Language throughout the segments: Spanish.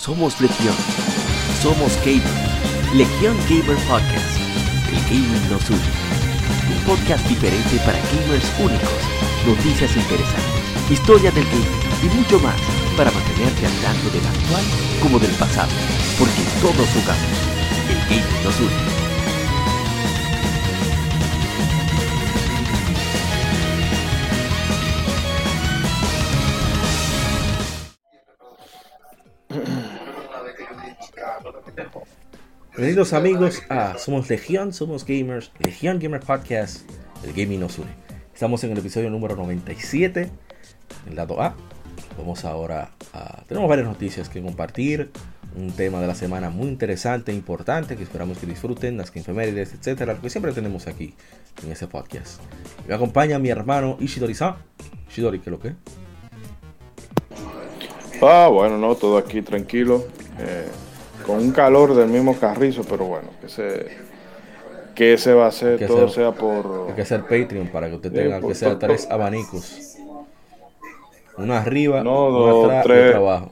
Somos Legión. Somos Gamer. Legión Gamer Podcast. El gaming nos une. Un podcast diferente para gamers únicos. Noticias interesantes, historia del gaming y mucho más para mantenerte al tanto del actual como del pasado. Porque todos jugamos. El gaming nos une. Bienvenidos amigos a Somos Legión, Somos Gamers, Legión Gamer Podcast, el gaming nos une. Estamos en el episodio número 97, el lado A. Vamos ahora tenemos varias noticias que compartir, un tema de la semana muy interesante e importante que esperamos que disfruten, las efemérides, etcétera, lo que siempre tenemos aquí en ese podcast. Me acompaña mi hermano Ishidori-san. Ishidori, ¿qué es lo que? Bueno, no, todo aquí tranquilo. Con un calor del mismo carrizo, pero bueno, que se va a hacer, que todo sea por... Hay que hacer Patreon para que usted tenga que sea 3 abanicos. Uno arriba, no, uno atrás, 3, y otro abajo.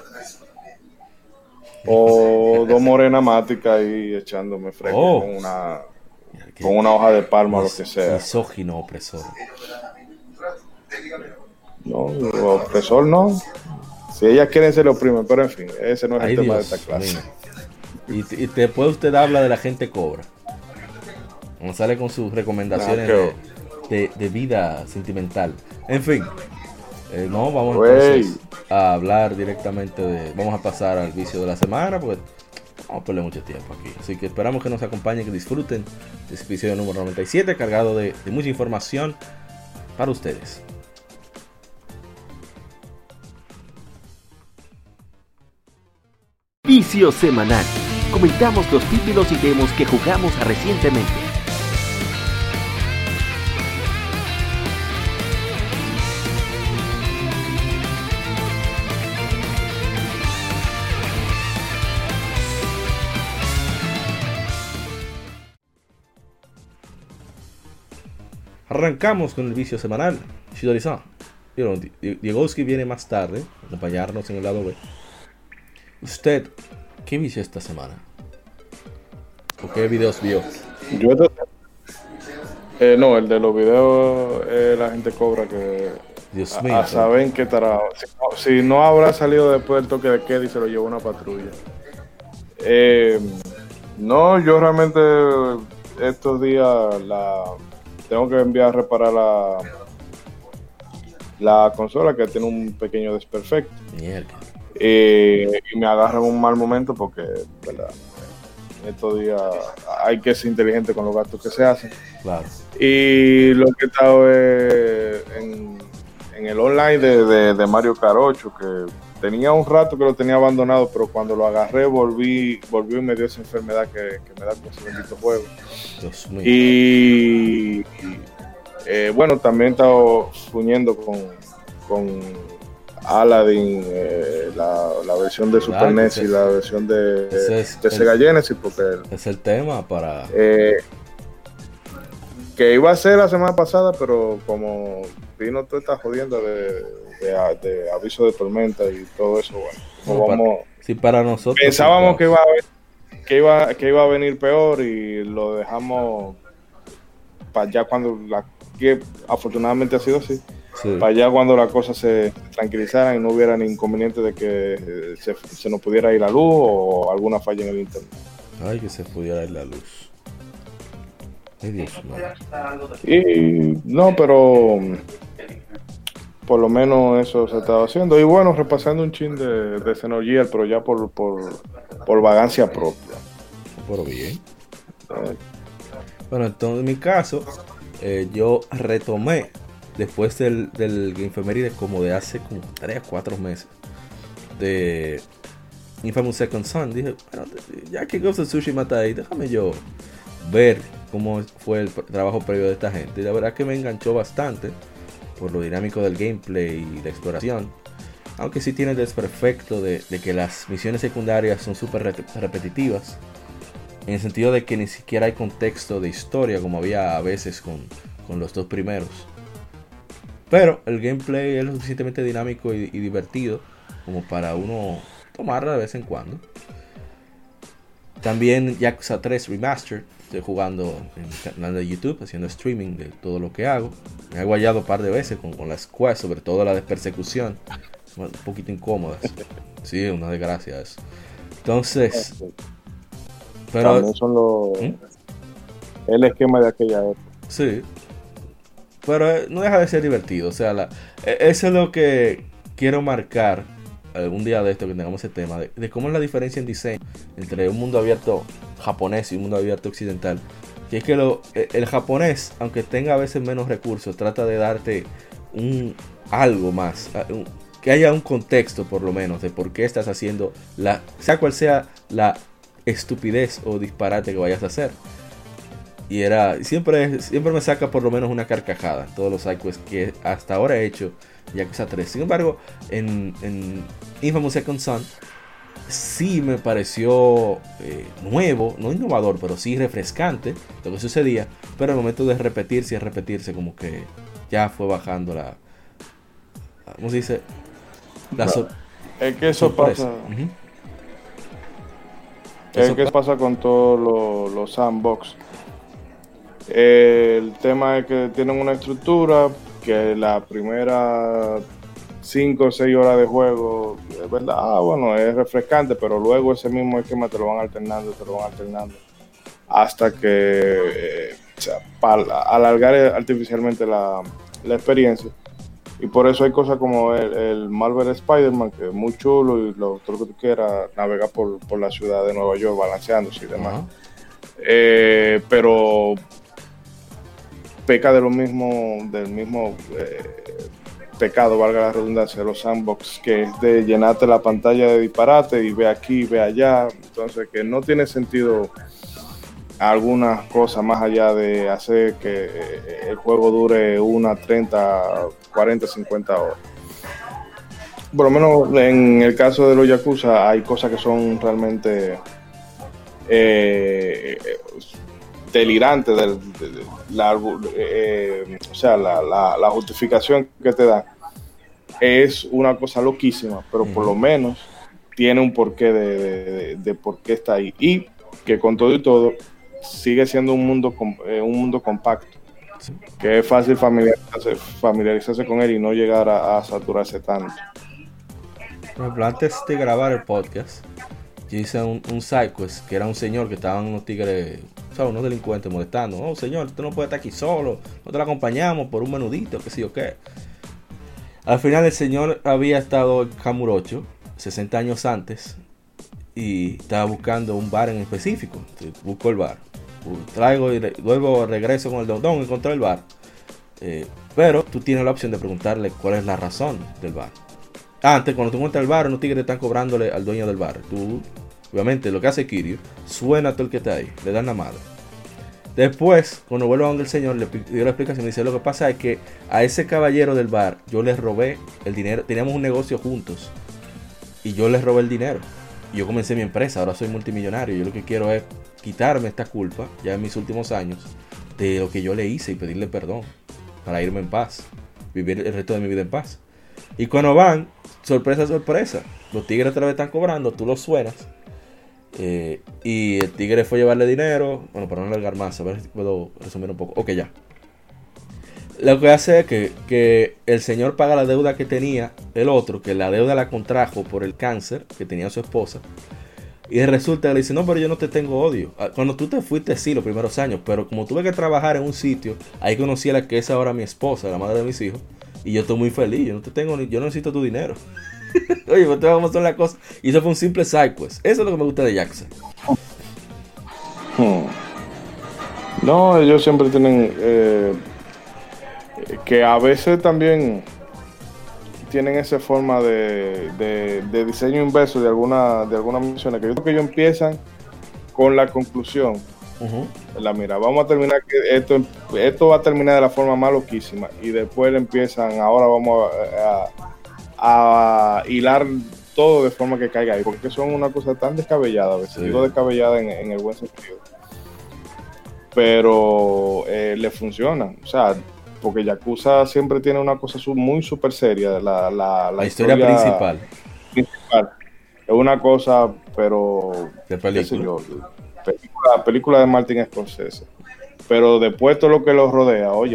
O 2 morenas máticas ahí echándome fresco con una hoja de palma o lo que sea. Misógino opresor. No, opresor no. Si ellas quieren se lo oprimen, pero en fin, ese no es el tema de esta clase. Y después usted habla de la gente cobra. Como sale con sus recomendaciones de vida sentimental. En fin, no, vamos entonces a hablar directamente vamos a pasar al vicio de la semana, porque vamos a perder mucho tiempo aquí. Así que esperamos que nos acompañen, que disfruten de este episodio número 97, cargado de mucha información para ustedes. Vicio semanal. Comentamos los títulos y demos que jugamos recientemente. Arrancamos con el vicio semanal. Shidori-san. Diegowski viene más tarde a acompañarnos en el lado B. ¿Usted qué vicio esta semana? ¿O qué videos vio? No, el de los videos la gente cobra que... Dios mío. A saber en qué estará. Si no habrá salido después del toque de queda y se lo llevó una patrulla. No, yo realmente estos días tengo que enviar a reparar la consola, que tiene un pequeño desperfecto. Mierda. Y me agarran un mal momento porque, ¿verdad? Estos días hay que ser inteligente con los gastos que se hacen. Claro. Y lo que he estado en el online de Mario Kart 8, que tenía un rato que lo tenía abandonado, pero cuando lo agarré volví y me dio esa enfermedad que me da con ese bendito juego. Dios mío. Y bueno, también he estado uniendo con Aladdin, la versión de Super NES y la versión de Sega Genesis, porque es el tema para que iba a ser la semana pasada, pero como vino toda esta jodienda de aviso de tormenta y todo eso, bueno, para nosotros pensábamos que iba a venir peor y lo dejamos para allá que afortunadamente ha sido así. Sí. Para allá cuando las cosas se tranquilizaran y no hubiera ni inconveniente de que se nos pudiera ir la luz o alguna falla en el internet. Ay, que se pudiera ir la luz. Ay, Dios mío. Y no, pero por lo menos eso se estaba haciendo. Y bueno, repasando un chin de Xenogears, pero ya por vagancia propia. Pero bien. Bueno, entonces en mi caso, yo retomé después del Infemérides como de hace como 3 o 4 meses de Infamous Second Son. Dije, bueno, ya que Ghost of Tsushima está ahí, déjame yo ver cómo fue el trabajo previo de esta gente. Y la verdad que me enganchó bastante por lo dinámico del gameplay y la exploración. Aunque sí tiene el desperfecto de que las misiones secundarias son súper repetitivas. En el sentido de que ni siquiera hay contexto de historia como había a veces con los 2 primeros. Pero el gameplay es lo suficientemente dinámico y divertido como para uno tomarla de vez en cuando. También Yakuza 3 Remastered. Estoy jugando en el canal de YouTube, haciendo streaming de todo lo que hago. Me he guayado un par de veces con las quests, sobre todo la de persecución. Un poquito incómodas. Sí, una desgracia eso. Entonces... Pero... También son el esquema de aquella época. Sí. Pero no deja de ser divertido. O sea, eso es lo que quiero marcar algún día de esto, que tengamos ese tema de cómo es la diferencia en diseño entre un mundo abierto japonés y un mundo abierto occidental. Que es que el japonés, aunque tenga a veces menos recursos, trata de darte algo más, que haya un contexto por lo menos de por qué estás haciendo sea cual sea la estupidez o disparate que vayas a hacer. Y siempre me saca por lo menos una carcajada todos los sidequests que hasta ahora he hecho Yakuza 3. Sin embargo, en Infamous Second Son sí me pareció nuevo, no innovador, pero sí refrescante lo que sucedía. Pero al momento de repetirse, como que ya fue bajando ¿cómo se dice? Es que eso sorpresa. pasa. Es que pasa con todos los sandbox. El tema es que tienen una estructura que la primera 5 o 6 horas de juego es verdad, bueno, es refrescante, pero luego ese mismo esquema te lo van alternando hasta que para alargar artificialmente la experiencia. Y por eso hay cosas como el Marvel Spider-Man, que es muy chulo, y todo lo que tú quieras, navegar por la ciudad de Nueva York balanceándose y demás. Pero peca del mismo pecado, valga la redundancia, de los sandbox, que es de llenarte la pantalla de disparate y ve aquí, ve allá. Entonces, que no tiene sentido algunas cosas más allá de hacer que el juego dure 30, 40, 50 horas. Por lo menos en el caso de los Yakuza hay cosas que son realmente delirantes. O sea, la justificación que te da es una cosa loquísima, pero por lo menos tiene un porqué de por qué está ahí. Y que con todo y todo sigue siendo un mundo compacto, que es fácil familiarizarse con él y no llegar a saturarse tanto. Por ejemplo, antes de grabar el podcast, yo hice un sidequest que era un señor que estaban unos tigres, o sea, unos delincuentes molestando. Oh, señor, usted no puede estar aquí solo, nosotros le acompañamos por un menudito, qué sé yo qué. Al final el señor había estado en Kamurocho 60 años antes y estaba buscando un bar en específico. Entonces, busco el bar, traigo y luego regreso con el don, encontré el bar. Pero tú tienes la opción de preguntarle cuál es la razón del bar. Antes, cuando tú encuentras el bar, unos tigres están cobrándole al dueño del bar. Tú, obviamente, lo que hace Kiryu, suena a todo el que está ahí, le dan la madre. Después, cuando vuelvo a donde el señor, le dio la explicación. Dice: lo que pasa es que a ese caballero del bar, yo le robé el dinero. Teníamos un negocio juntos y yo le robé el dinero. Y yo comencé mi empresa, ahora soy multimillonario. Yo lo que quiero es quitarme esta culpa, ya en mis últimos años, de lo que yo le hice y pedirle perdón para irme en paz, vivir el resto de mi vida en paz. Y cuando van, sorpresa, sorpresa, los tigres otra vez están cobrando, tú los suenas. Y el tigre fue a llevarle dinero. Bueno, para no alargar más, a ver si puedo resumir un poco. Ok, ya. Lo que hace es que el señor paga la deuda que tenía el otro, que la deuda la contrajo por el cáncer que tenía su esposa. Y resulta que le dice: no, pero yo no te tengo odio. Cuando tú te fuiste, sí, los primeros años, pero como tuve que trabajar en un sitio, ahí conocí a la que es ahora mi esposa, la madre de mis hijos. Y yo estoy muy feliz, yo no necesito tu dinero. Oye, pues te vamos a hacer la cosa. Y eso fue un simple sidequest. Eso es lo que me gusta de Yakuza. No, ellos siempre tienen que a veces también tienen esa forma de diseño inverso de algunas misiones, que yo creo que ellos empiezan con la conclusión. Mira, vamos a terminar que esto va a terminar de la forma más loquísima, y después empiezan, ahora vamos a hilar todo de forma que caiga ahí, porque son una cosa tan descabellada, a veces sí. Digo descabellada en el buen sentido, pero le funciona, o sea, porque Yakuza siempre tiene una cosa muy súper seria, la historia principal. es una cosa, pero de película. Yo, película de Martin Scorsese. Pero después todo lo que lo rodea, oye,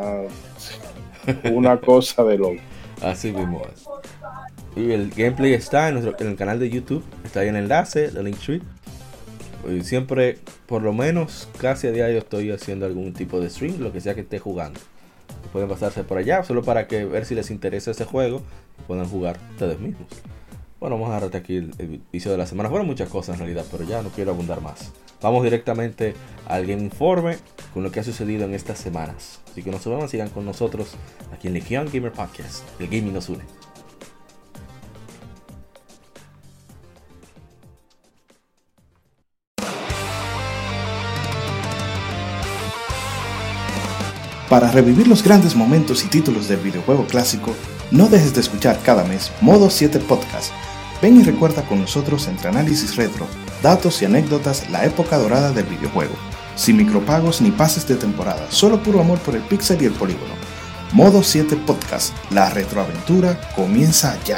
una cosa de loco. Así mismo es. Y el gameplay está en el canal de YouTube, está ahí en el enlace, el Linktree. Siempre, por lo menos, casi a diario estoy haciendo algún tipo de stream, lo que sea que esté jugando. Pueden pasarse por allá, solo para que ver si les interesa ese juego y puedan jugar ustedes mismos. Bueno, vamos a agarrarte aquí el inicio de la semana. Fueron muchas cosas en realidad, pero ya no quiero abundar más. Vamos directamente al Game Informe con lo que ha sucedido en estas semanas. Así que no se vayan, sigan con nosotros aquí en Legion Gamer Podcast. El gaming nos une. Para revivir los grandes momentos y títulos del videojuego clásico, no dejes de escuchar cada mes Modo 7 Podcast. Ven y recuerda con nosotros entre análisis retro, datos y anécdotas la época dorada del videojuego. Sin micropagos ni pases de temporada, solo puro amor por el pixel y el polígono. Modo 7 Podcast, la retroaventura comienza ya.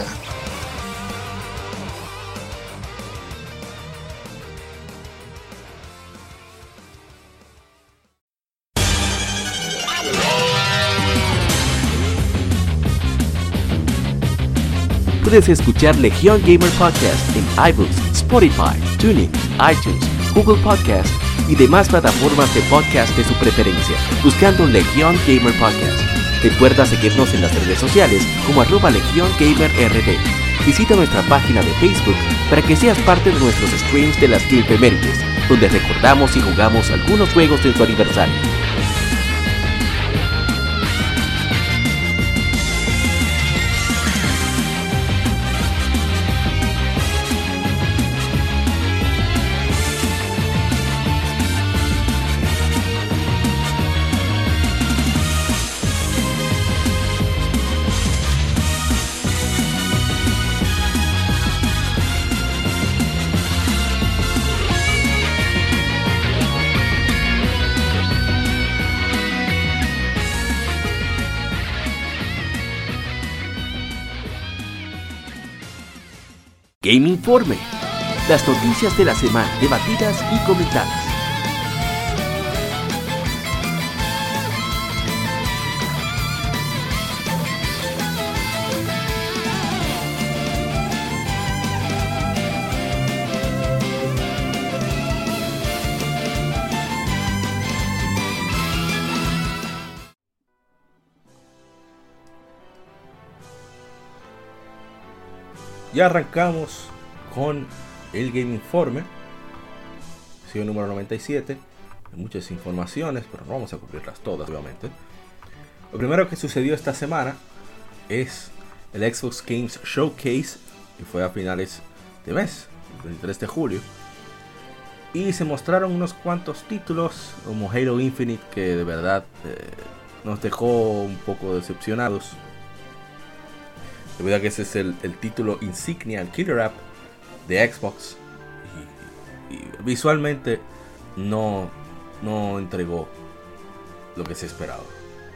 Puedes escuchar Legion Gamer Podcast en iBooks, Spotify, TuneIn, iTunes, Google Podcast y demás plataformas de podcast de su preferencia, buscando Legion Gamer Podcast. Recuerda seguirnos en las redes sociales como @LegionGamerRD. Visita nuestra página de Facebook para que seas parte de nuestros streams de las Gameefemérides, donde recordamos y jugamos algunos juegos de tu aniversario. Game Informe. Las noticias de la semana debatidas y comentadas. Ya arrancamos con el Game Informe, sido número 97. Hay muchas informaciones, pero no vamos a cubrirlas todas, obviamente. Lo primero que sucedió esta semana es el Xbox Games Showcase, que fue a finales de mes, el 23 de julio. Y se mostraron unos cuantos títulos, como Halo Infinite, que de verdad nos dejó un poco decepcionados. Debido a que ese es el título insignia, el killer app de Xbox. Y visualmente no entregó lo que se esperaba.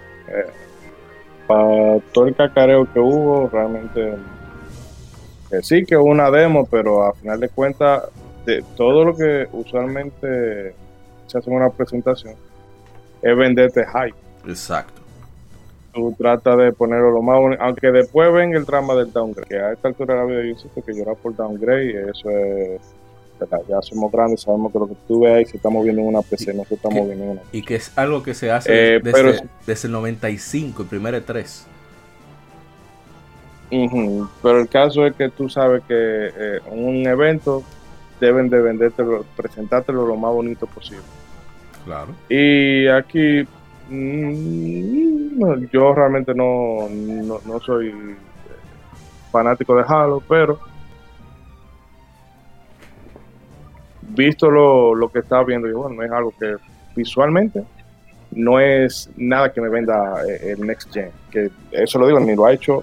Para todo el cacareo que hubo, realmente que sí que hubo una demo, pero a final de cuentas, de todo lo que usualmente se hace en una presentación es venderte hype. Exacto. Tú tratas de ponerlo lo más bonito, aunque después ven el drama del downgrade, que a esta altura de la vida yo siento que llorar por downgrade, eso es, ya somos grandes, sabemos que lo que tú ves ahí se está moviendo en una PC, no se está moviendo en una PC. Y que es algo que se hace desde el 95, el primer E3. Pero el caso es que tú sabes que un evento deben de vendértelo, presentártelo lo más bonito posible. Claro. Y aquí yo realmente no soy fanático de Halo, pero visto lo que estaba viendo, yo, bueno, no es algo que visualmente no es nada que me venda el Next Gen, que eso lo digo, ni lo ha hecho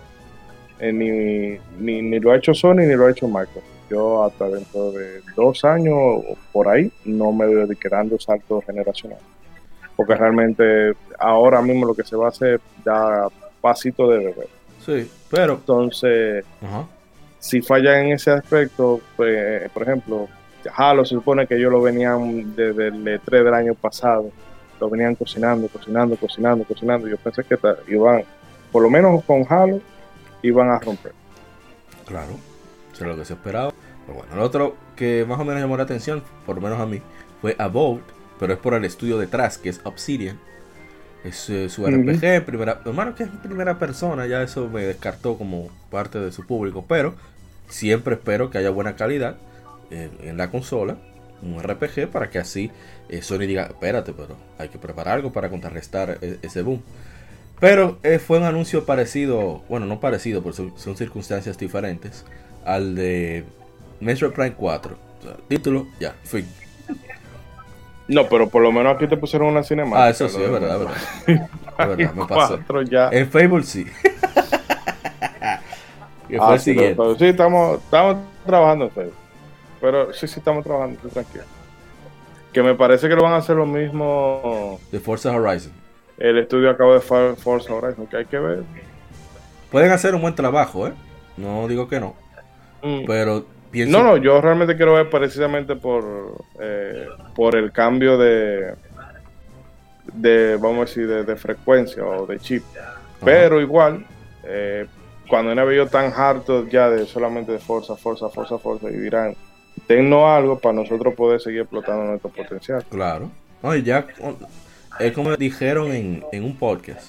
ni lo ha hecho Sony ni lo ha hecho Microsoft. Yo hasta dentro de 2 años o por ahí no me dedicaré dando saltos generacionales, porque realmente ahora mismo lo que se va a hacer da pasito de bebé. Sí, pero entonces si fallan en ese aspecto, pues, por ejemplo, Halo se supone que ellos lo venían desde el E3 del año pasado, lo venían cocinando. Yo pensé que iban, por lo menos con Halo, iban a romper. Claro, eso es lo que se esperaba. Pero bueno, el otro que más o menos llamó la atención, por lo menos a mí, fue Abode, pero es por el estudio detrás, que es Obsidian. Es su RPG, hermano, que es en primera persona, ya eso me descartó como parte de su público, pero siempre espero que haya buena calidad en la consola, un RPG, para que así Sony diga, espérate, pero hay que preparar algo para contrarrestar ese boom. Pero fue un anuncio parecido, bueno, no parecido, porque son circunstancias diferentes, al de Metroid Prime 4. O sea, título, ya, fin. No, pero por lo menos aquí te pusieron una cinemática. Eso sí, es verdad. Es verdad, me pasó. Ya. En Fable sí. Que fue el siguiente. Pero sí, estamos trabajando en Fable. Pero sí, estamos trabajando, tranquilo. Que me parece que lo van a hacer lo mismo de Forza Horizon. El estudio acaba de Forza Horizon, que hay que ver. Pueden hacer un buen trabajo, no digo que no. Pero pienso... No, yo realmente quiero ver precisamente por el cambio de vamos a decir, de frecuencia o de chip. Pero igual, cuando han habido tan hartos ya de solamente de Forza, y dirán, dennos algo para nosotros poder seguir explotando nuestro potencial. Claro. No, y ya, es como dijeron en un podcast.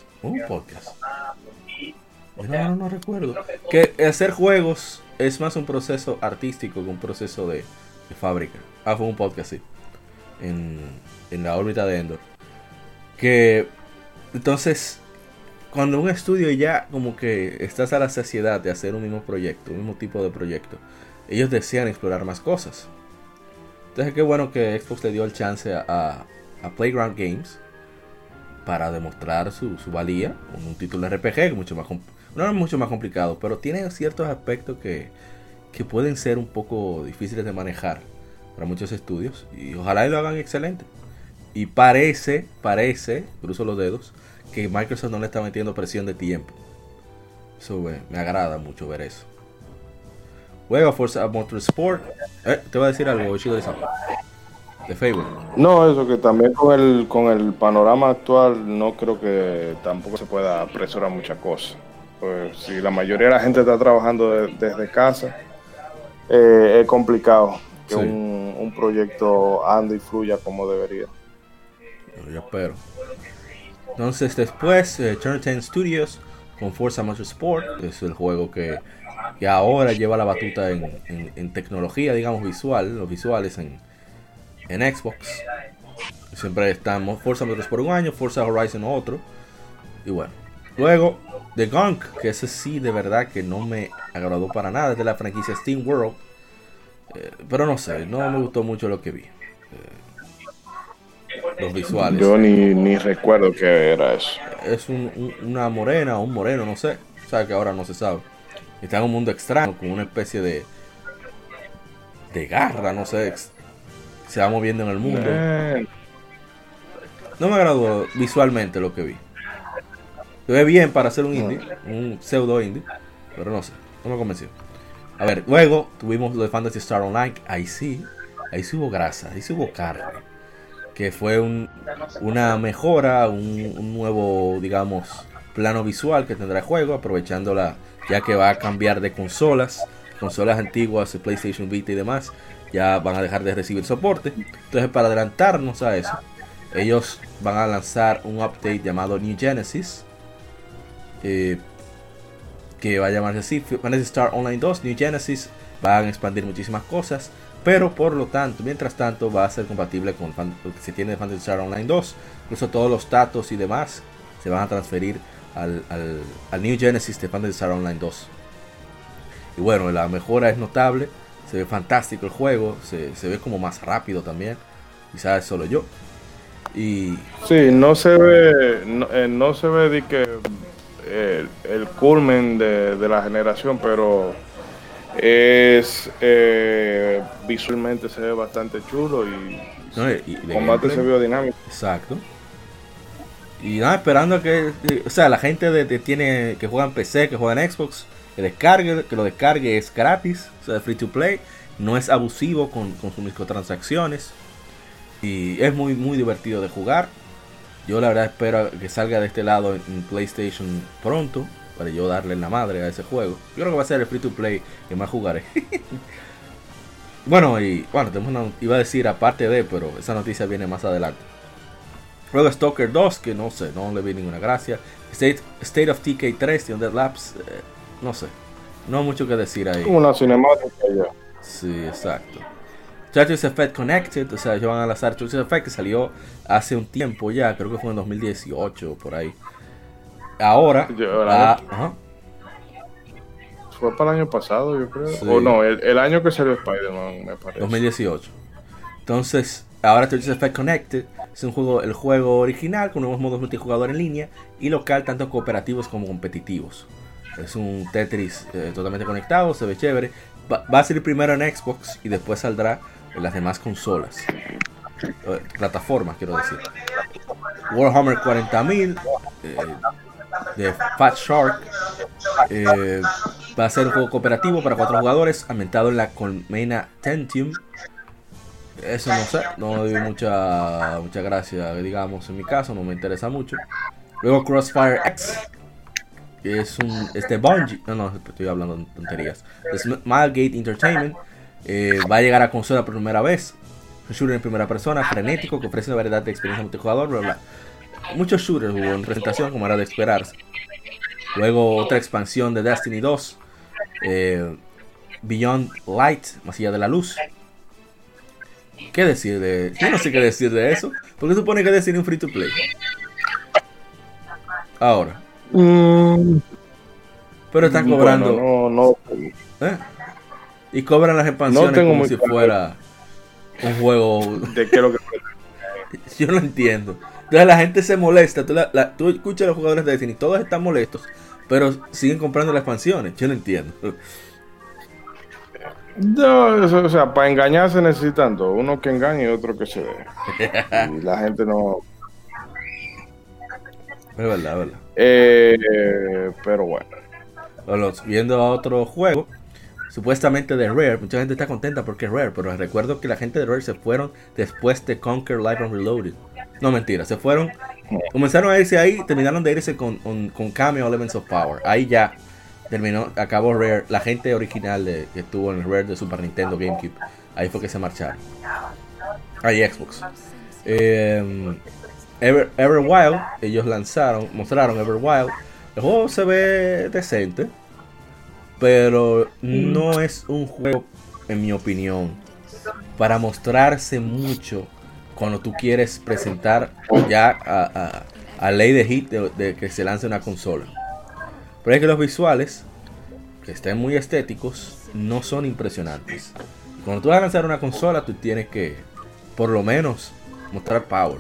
No recuerdo. Que hacer juegos es más un proceso artístico que un proceso de fábrica. Fue un podcast, sí. En la órbita de Endor. Que entonces, cuando un estudio ya como que estás a la saciedad de hacer un mismo proyecto, un mismo tipo de proyecto, ellos desean explorar más cosas. Entonces qué bueno que Xbox le dio el chance a Playground Games para demostrar su valía con un título de RPG que no es mucho más complicado, pero tiene ciertos aspectos que pueden ser un poco difíciles de manejar para muchos estudios, y ojalá lo hagan excelente. Y parece, cruzo los dedos, que Microsoft no le está metiendo presión de tiempo. Eso me agrada mucho ver eso. Juega Forza Motorsport. Te va a decir algo, Shido de Fable. No, eso que también con el panorama actual no creo que tampoco se pueda apresurar muchas cosas. Pues si la mayoría de la gente está trabajando desde casa, es complicado que sí, un proyecto ande y fluya como debería. Yo espero. Entonces después Turn 10 Studios con Forza Motorsport, es el juego que ahora lleva la batuta en tecnología, digamos, visual, los visuales en Xbox. Siempre estamos Forza Motorsport un año, Forza Horizon otro. Y bueno, luego The Gunk, que ese sí de verdad que no me agradó para nada, es de la franquicia Steam World. Pero no sé, no me gustó mucho lo que vi. Los visuales. Yo ni recuerdo qué era eso. Es una morena o un moreno, no sé. O sea que ahora no se sabe. Está en un mundo extraño, con una especie de garra, no sé. Se va moviendo en el mundo. No me agradó visualmente lo que vi. Se ve bien para hacer un indie, un pseudo indie, pero no sé, no me convenció. A ver, luego tuvimos lo de Phantasy Star Online. Ahí sí hubo grasa, ahí sí hubo carne. Que fue una mejora, un nuevo, digamos, plano visual que tendrá el juego, aprovechándola ya que va a cambiar de consolas antiguas, PlayStation Vita y demás, ya van a dejar de recibir soporte. Entonces, para adelantarnos a eso, ellos van a lanzar un update llamado New Genesis, que va a llamarse así, Phantasy Star Online 2, New Genesis. Van a expandir muchísimas cosas, pero por lo tanto, mientras tanto, va a ser compatible con lo que se tiene de Phantasy Star Online 2. Incluso todos los datos y demás se van a transferir al New Genesis de Phantasy Star Online 2. Y bueno, la mejora es notable, se ve fantástico el juego, se ve como más rápido también, quizás solo yo. Y sí, no se ve de que el culmen de la generación, pero es visualmente se ve bastante chulo y el combate se vio dinámico. Exacto. Y nada, esperando que, o sea, la gente que juega en PC, que juega en Xbox, que lo descargue, es gratis, o sea, free to play, no es abusivo con sus microtransacciones y es muy muy divertido de jugar. Yo la verdad espero que salga de este lado en PlayStation pronto para yo darle la madre a ese juego. Yo creo que va a ser el free to play que más jugaré. Bueno, iba a decir aparte de, pero esa noticia viene más adelante. Luego Stalker 2, que no sé, no le vi ninguna gracia. State of TK 3 de Undead Labs, no sé, no mucho que decir ahí. Como una cinemática ya. Sí, exacto. Tetris Effect Connected, o sea, ellos van a lanzar Tetris Effect, que salió hace un tiempo ya, creo que fue en 2018 por ahí. Ahora, fue para el año pasado, yo creo. Sí. O no, el año que salió Spider-Man, me parece. 2018. Entonces, ahora Tetris Effect Connected es el juego original con nuevos modos multijugador en línea y local, tanto cooperativos como competitivos. Es un Tetris totalmente conectado, se ve chévere. Va a salir primero en Xbox y después saldrá en las demás consolas. Plataformas, quiero decir. Warhammer 40.000 de Fat Shark va a ser un juego cooperativo para 4 jugadores ambientado en la colmena Tentium. Eso no sé, no doy mucha gracia, digamos, en mi caso, no me interesa mucho. Luego Crossfire X, que es de Bungie, no, estoy hablando de tonterías, de Smilegate Entertainment, va a llegar a consola por primera vez. Un shooter en primera persona, frenético, que ofrece una variedad de experiencia multijugador, bla bla. Muchos shooters hubo en presentación, como era de esperarse. Luego otra expansión de Destiny 2, Beyond Light, más allá de la luz. ¿Qué decir de...? Yo no sé qué decir de eso. ¿Por qué supone que Destiny es un free to play? Ahora. Pero están cobrando... Bueno, no. Y cobran las expansiones como si fuera un juego... ¿De qué es lo que... Yo no entiendo. Entonces la gente se molesta. Tú escuchas a los jugadores de Destiny, todos están molestos, pero siguen comprando las expansiones. Yo no entiendo. No, o sea, para engañar se necesitan dos. Uno que engañe y otro que se ve. Y la gente no... Es verdad. Pero bueno. Viendo a otro juego, supuestamente de Rare. Mucha gente está contenta porque es Rare, pero recuerdo que la gente de Rare se fueron después de Conquer Live and Reloaded. No, mentira, se fueron. Comenzaron a irse ahí, terminaron de irse con Cameo Elements of Power. Ahí ya acabó Rare. La gente original que estuvo en el Rare de Super Nintendo, GameCube, ahí fue que se marcharon. Ahí Xbox. Everwild, ellos mostraron Everwild. El juego se ve decente, pero no es un juego, en mi opinión, para mostrarse mucho cuando tú quieres presentar ya a ley de hit de que se lance una consola. Pero es que los visuales, que estén muy estéticos, no son impresionantes. Cuando tú vas a lanzar una consola, tú tienes que, por lo menos, mostrar power.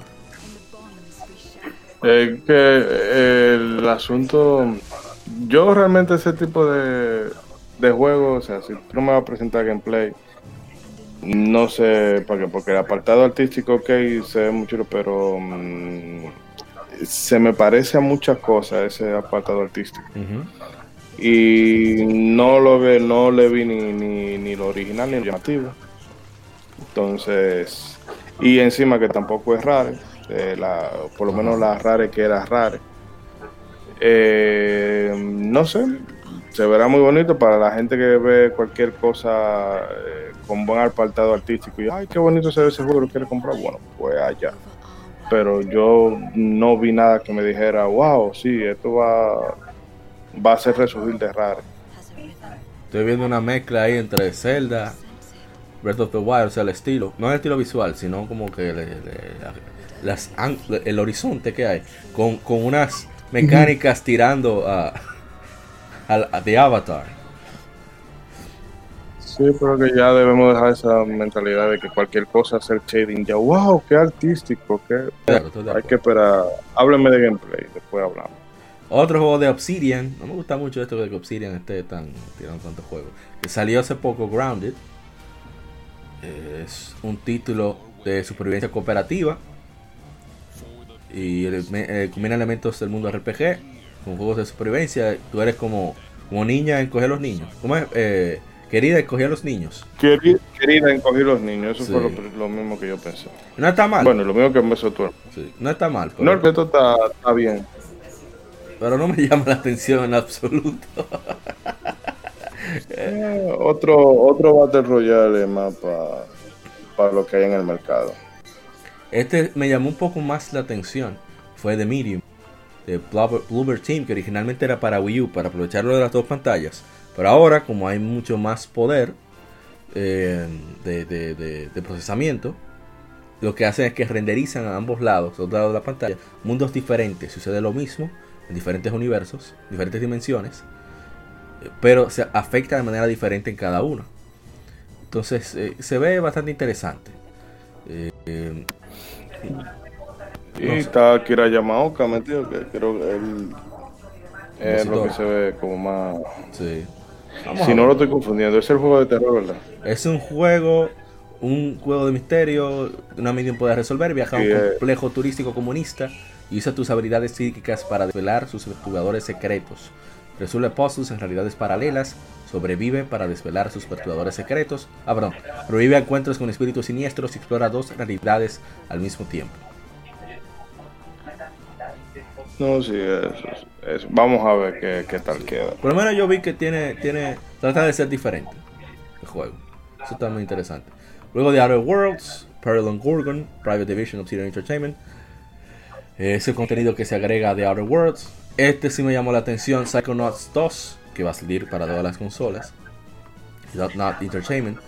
Que el asunto, yo realmente ese tipo de juegos, o sea, si tú no me vas a presentar gameplay, no sé para qué, porque el apartado artístico, ok, se ve muy chulo, pero se me parece a muchas cosas ese apartado artístico. Y no le vi ni lo original ni lo llamativo. Entonces, y encima que tampoco es raro. Por lo menos la Rare que era Rare, no sé, se verá muy bonito para la gente que ve cualquier cosa con buen apartado artístico y ay, qué bonito se ve ese juego, lo quiere comprar, bueno, pues allá. Pero yo no vi nada que me dijera, wow, sí, esto va a hacer resurgir de Rare. Estoy viendo una mezcla ahí entre Zelda, Breath of the Wild, o sea, el estilo, no el estilo visual, sino como que el horizonte que hay con unas mecánicas tirando a The Avatar. Sí, pero que ya debemos dejar esa mentalidad de que cualquier cosa hacer shading ya, wow, qué artístico, hay que esperar. Hábleme de gameplay, después hablamos. Otro juego de Obsidian, no me gusta mucho esto de que Obsidian esté tirando tantos juegos, que salió hace poco, Grounded. Es un título de supervivencia cooperativa y combina elementos del mundo RPG con juegos de supervivencia. Tú eres como Como niña encoger los niños. ¿Cómo es? Querida encoger a los niños. Querida encoger los niños. Eso fue lo mismo que yo pensé. No está mal. Bueno, lo mismo que empezó tú. Sí, no está mal. Pero... No, el reto está bien. Pero no me llama la atención en absoluto. Otro Battle Royale más para lo que hay en el mercado. Este me llamó un poco más la atención. Fue The Medium, de Bloober Team, que originalmente era para Wii U, para aprovecharlo de las dos pantallas. Pero ahora, como hay mucho más poder de procesamiento, lo que hacen es que renderizan a ambos lados, dos lados de la pantalla, mundos diferentes. Sucede lo mismo en diferentes universos, diferentes dimensiones, pero se afecta de manera diferente en cada uno. Entonces se ve bastante interesante. Y está Akira Yamaoka metido, que creo que él es lo que se ve como más... Sí. Si no lo estoy confundiendo, es el juego de terror, ¿verdad? Es un juego de misterio. Una medium puede resolver, viaja a un complejo turístico comunista y usa tus habilidades psíquicas para desvelar sus perturbadores secretos. Resuelve puzzles en realidades paralelas, sobrevive para desvelar sus perturbadores secretos. Prohíbe encuentros con espíritus siniestros y explora dos realidades al mismo tiempo. No, sí, eso. Vamos a ver qué tal queda. Por lo menos yo vi que trata de ser diferente el juego. Eso está muy interesante. Luego de Outer Worlds, Parallel Gorgon, Private Division of Obsidian Entertainment. Es el contenido que se agrega de Outer Worlds. Este sí me llamó la atención, Psychonauts 2, que va a salir para todas las consolas. Not Entertainment.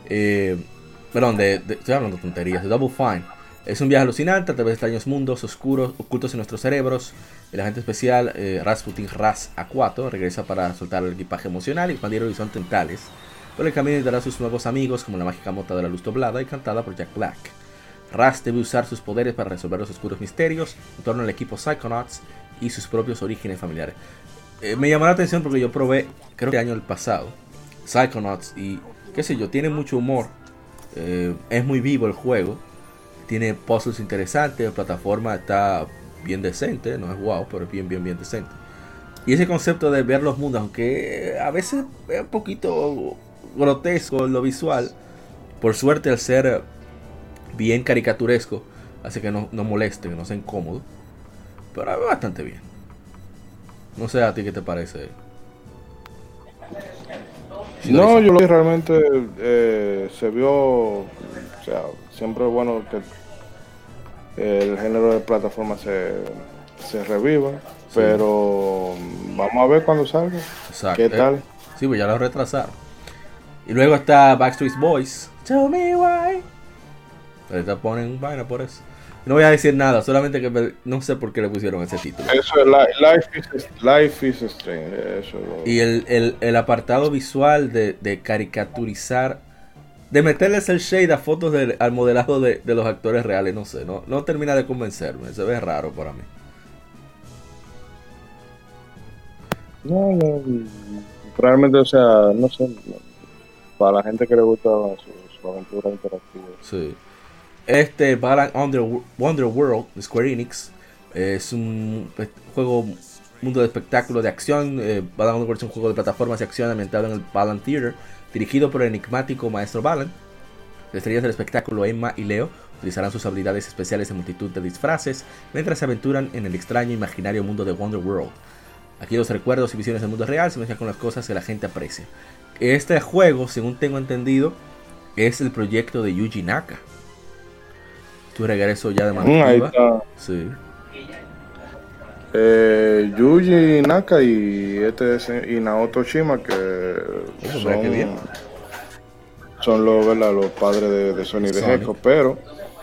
Estoy hablando de tonterías. De Double Fine. Es un viaje alucinante a través de extraños mundos oscuros ocultos en nuestros cerebros. El agente especial Rasputin Ras A4 regresa para soltar el equipaje emocional y expandir horizontes mentales. Por el camino ayudará a sus nuevos amigos, como la mágica mota de la luz doblada y cantada por Jack Black. Ras debe usar sus poderes para resolver los oscuros misterios en torno al equipo Psychonauts y sus propios orígenes familiares. Me llamó la atención porque yo probé, creo que el año pasado, Psychonauts y qué sé yo, tiene mucho humor. Es muy vivo el juego. Tiene puzzles interesantes, la plataforma está bien decente, no es wow, pero es bien decente. Y ese concepto de ver los mundos, aunque a veces es un poquito grotesco en lo visual, por suerte al ser bien caricaturesco, hace que no moleste, que no sea incómodo. Pero es bastante bien. No sé a ti qué te parece. No, yo lo vi realmente se vio, o sea, siempre es bueno que el género de plataforma se reviva, sí. Pero vamos a ver cuando salga. Exacto. ¿Qué tal? Sí, pues ya lo retrasaron. Y luego está Backstreet Boys. Tell me why. Ahorita ponen vaina por eso. No voy a decir nada, solamente que no sé por qué le pusieron ese título. Eso es Life is Strange. Eso es y el apartado visual de caricaturizar, de meterles el shade a fotos al modelado de los actores reales, no sé, no termina de convencerme, se ve raro para mí. No, realmente, o sea, no sé, para la gente que le gusta su aventura interactiva. Sí. Balan Wonderworld de Square Enix es un juego mundo de espectáculo de acción. Balan Wonderworld es un juego de plataformas y acción ambientado en el Balan Theater, dirigido por el enigmático maestro Balan. Las estrellas del espectáculo, Emma y Leo, utilizarán sus habilidades especiales en multitud de disfraces mientras se aventuran en el extraño e imaginario mundo de Wonderworld. Aquí los recuerdos y visiones del mundo real se mezclan con las cosas que la gente aprecia. Este juego, según tengo entendido, es el proyecto de Yuji Naka. Tu regreso ya de manera ahí está. Sí. Yuji Naka y Naoto Shima, que son los padres de Sonic the Hedgehog, pero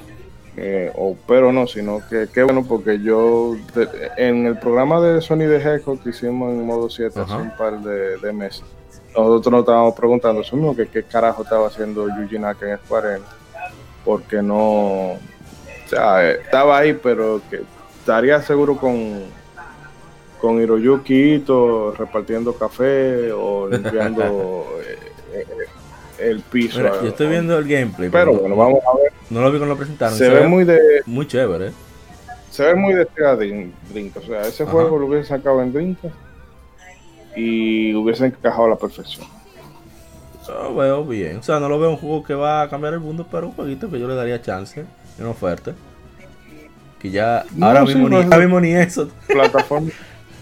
no, sino que qué bueno, porque yo en el programa de Sonic the Hedgehog que hicimos en modo 7 hace un par de meses, nosotros nos estábamos preguntando eso mismo, que qué carajo estaba haciendo Yuji Naka en Square Enix, porque no, o sea, estaba ahí, pero que estaría seguro con Hiroyuki Ito repartiendo café o limpiando el piso. Mira, yo estoy viendo el gameplay, pero bueno, vamos a ver. No lo vi cuando lo presentaron. Se ve muy chévere. Se ve muy de Sega Dreamcast. O sea, ese juego lo hubiese sacado en Dreamcast y hubiese encajado a la perfección. Lo veo bien, o sea, no lo veo un juego que va a cambiar el mundo, pero un jueguito que yo le daría chance, una oferta. Que ya ahora mismo ni eso. Plataforma.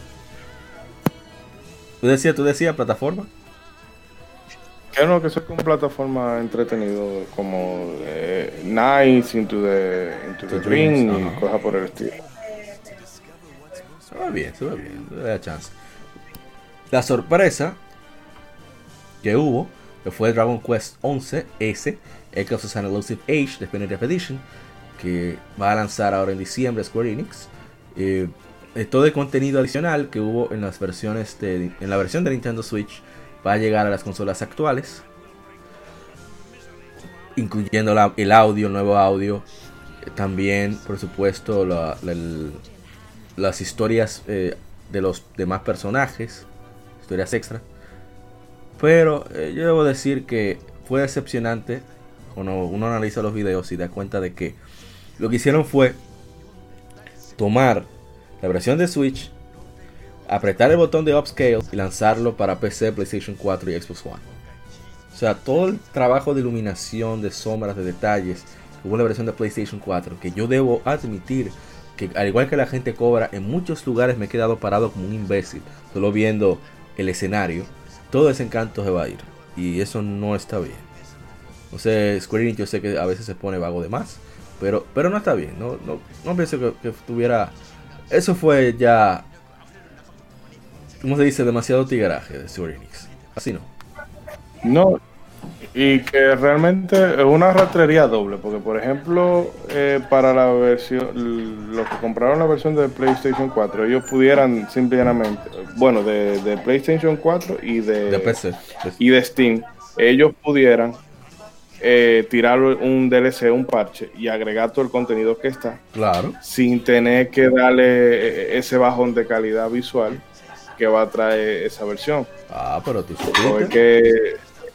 Tú decías plataforma. Que no, que sea como plataforma entretenido, como Nice, Into the Dream y cosas por el estilo. Se ve bien, le da chance. La sorpresa que hubo, que fue Dragon Quest 11S, Echoes of an Elusive Age Definitive Edition, que va a lanzar ahora en diciembre Square Enix. Todo el contenido adicional que hubo en las versiones en la versión de Nintendo Switch va a llegar a las consolas actuales, incluyendo el audio, el nuevo audio, también por supuesto las historias de los demás personajes, historias extra. Pero yo debo decir que fue decepcionante cuando uno analiza los videos y da cuenta de que lo que hicieron fue tomar la versión de Switch, apretar el botón de Upscale y lanzarlo para PC, PlayStation 4 y Xbox One. O sea, todo el trabajo de iluminación, de sombras, de detalles que hubo en la versión de PlayStation 4, que yo debo admitir que al igual que la gente cobra, en muchos lugares me he quedado parado como un imbécil, solo viendo el escenario. Todo ese encanto se va a ir, y eso no está bien. No sé, Square Enix yo sé que a veces se pone vago de más, pero no está bien. No pienso que tuviera... Eso fue ya, ¿cómo se dice? Demasiado tigueraje de Square Enix. Así no. No, y que realmente es una rastrería doble, porque por ejemplo, para la versión, los que compraron la versión de PlayStation 4, ellos pudieran simplemente, bueno, de PlayStation 4 y de PC y de Steam, ellos pudieran tirar un DLC, un parche y agregar todo el contenido que está, claro, sin tener que darle ese bajón de calidad visual que va a traer esa versión. Pero tú porque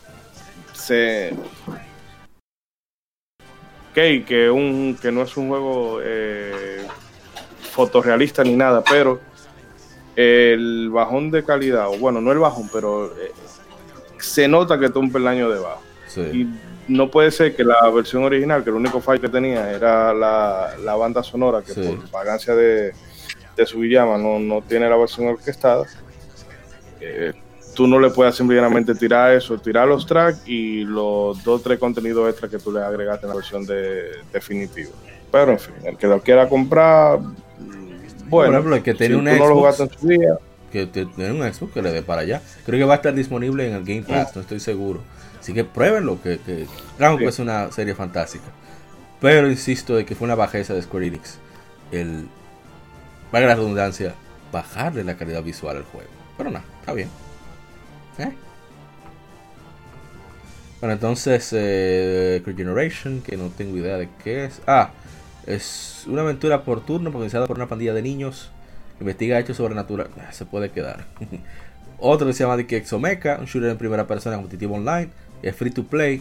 que no es un juego fotorrealista ni nada, pero el bajón de calidad, o bueno, no el bajón, pero se nota que está un peldaño debajo. Sí. Y no puede ser que la versión original, que el único fallo que tenía era la banda sonora, que sí, por vagancia de Sugiyama no tiene la versión orquestada. Tú no le puedes simplemente tirar eso, tirar los tracks y los 2 o 3 contenidos extra que tú le agregaste en la versión definitiva. Pero en fin, el que lo quiera comprar, bueno, por ejemplo, el que tiene un Xbox, no lo jugaste en su día, que tiene un Xbox, que le dé para allá. Creo que va a estar disponible en el Game Pass, no estoy seguro. Así que pruébenlo, que Dragon Quest es una serie fantástica. Pero insisto de que fue una bajeza de Square Enix valga la redundancia, bajarle la calidad visual al juego. Pero nada, está bien. Bueno, entonces Crew Generation, que no tengo idea de qué es. Es una aventura por turno protagonizada por una pandilla de niños que investiga hechos sobrenaturales. Se puede quedar. Otro que se llama The Exomecha, un shooter en primera persona competitivo online. Es free to play.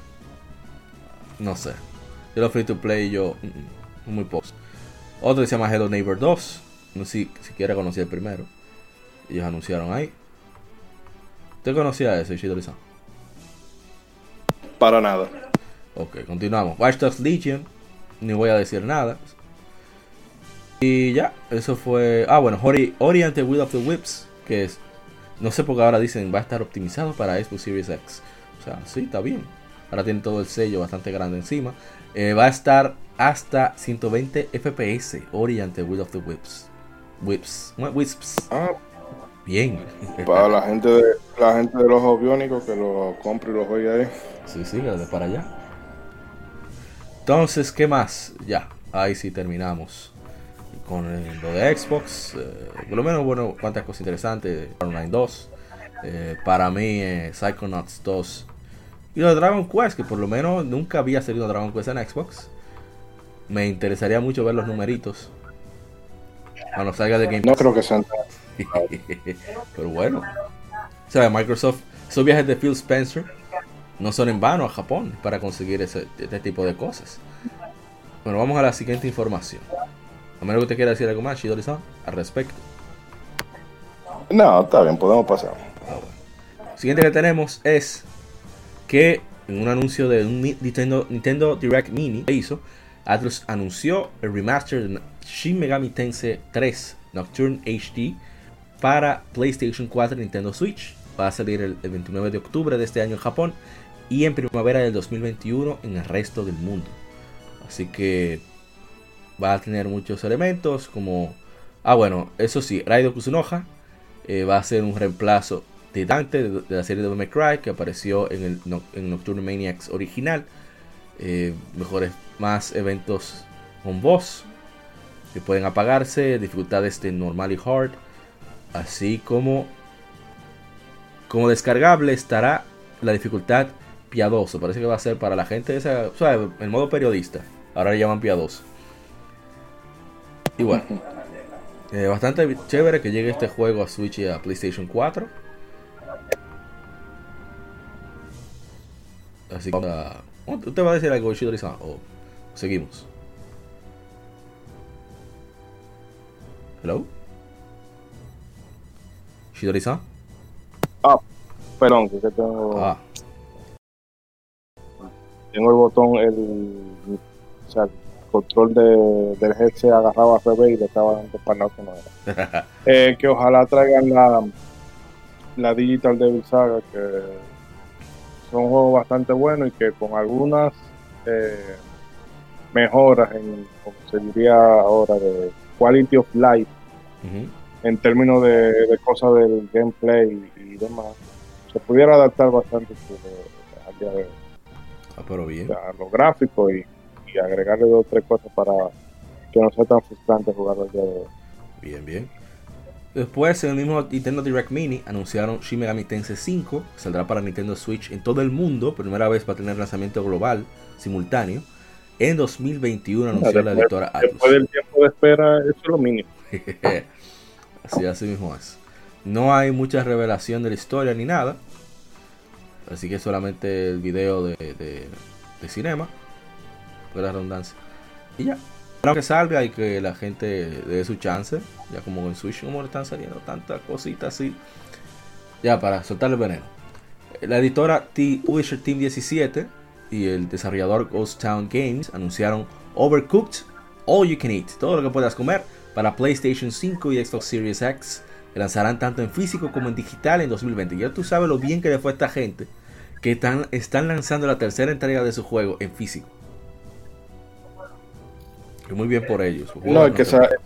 No sé. Yo lo free to play muy poco. Otro que se llama Hello Neighbor 2. No sé si siquiera conocí el primero. Ellos anunciaron ahí. ¿Usted conocía eso, Ishidori-san? Para nada. Ok, continuamos. Watch Dogs Legion. Ni voy a decir nada. Y ya, eso fue... bueno, Ori and the Will of the Wisps. Que es... No sé por qué ahora dicen va a estar optimizado para Xbox Series X. O sea, sí, está bien. Ahora tiene todo el sello bastante grande encima. Va a estar hasta 120 FPS. Ori and the Will of the Wisps. Wisps. Bien. Para la gente de los ojos biónicos que lo compre y lo juegue ahí. Sí, de para allá. Entonces, ¿qué más? Ya, ahí sí terminamos con lo de Xbox. Por lo menos, bueno, cuantas cosas interesantes. Online 2. Para mí, Psychonauts 2. Y lo de Dragon Quest, que por lo menos nunca había salido Dragon Quest en Xbox. Me interesaría mucho ver los numeritos cuando salga de Game Pass. No creo que sean. Pero bueno, o sea, Microsoft, esos viajes de Phil Spencer no son en vano a Japón para conseguir este tipo de cosas. Bueno, vamos a la siguiente información. A menos que usted quiera decir algo más, Shidori-san, al respecto. No, está bien, podemos pasar. Lo siguiente que tenemos es que en un anuncio de un Nintendo Direct Mini que hizo, Atlus anunció el remaster de Shin Megami Tensei 3 Nocturne HD para PlayStation 4 y Nintendo Switch. Va a salir el 29 de octubre de este año en Japón y en primavera del 2021 en el resto del mundo. Así que va a tener muchos elementos como... bueno, eso sí, Raido Kusunoha va a ser un reemplazo de Dante de la serie de Devil May Cry que apareció en Nocturne Maniacs original. Más eventos con voz que pueden apagarse, dificultades de normal y hard, así como descargable estará la dificultad piadoso. Parece que va a ser para la gente esa, o sea, el modo periodista, ahora le llaman piadoso. Y bueno, bastante chévere que llegue este juego a Switch y a PlayStation 4. Así que ¿usted va a decir algo, Shidori-san, o seguimos? ¿Hello? ¿Shidori-san? Perdón, que tengo... Tengo el botón, el control del headset agarrado a RB y le estaba dando para no que no era. Que ojalá traigan la Digital Devil Saga, que son juegos bastante buenos y que con algunas mejoras como se diría ahora, de quality of life, en términos de cosas del gameplay y demás, se pudiera adaptar bastante al día de hoy. Pero bien. A los gráficos y agregarle 2 o 3 cosas para que no sea tan frustrante jugar al día de hoy. Bien. Después, en el mismo Nintendo Direct Mini, anunciaron Shin Megami Tensei 5, que saldrá para Nintendo Switch en todo el mundo, primera vez para tener lanzamiento global simultáneo. En 2021 anunció la editora Atlus. Después del tiempo de espera, eso es lo mínimo. Así mismo es. No hay mucha revelación de la historia ni nada, así que solamente el video de cinema, por la redundancia, y ya. Para que salga y que la gente dé su chance, ya como en Switch como están saliendo tantas cositas así, ya para soltar el veneno. La editora Publisher Team 17 y el desarrollador Ghost Town Games anunciaron Overcooked All You Can Eat, todo lo que puedas comer, para PlayStation 5 y Xbox Series X, que lanzarán tanto en físico como en digital en 2020. Ya tú sabes lo bien que le fue a esta gente que están lanzando la tercera entrega de su juego en físico. Y muy bien por ellos. No, es que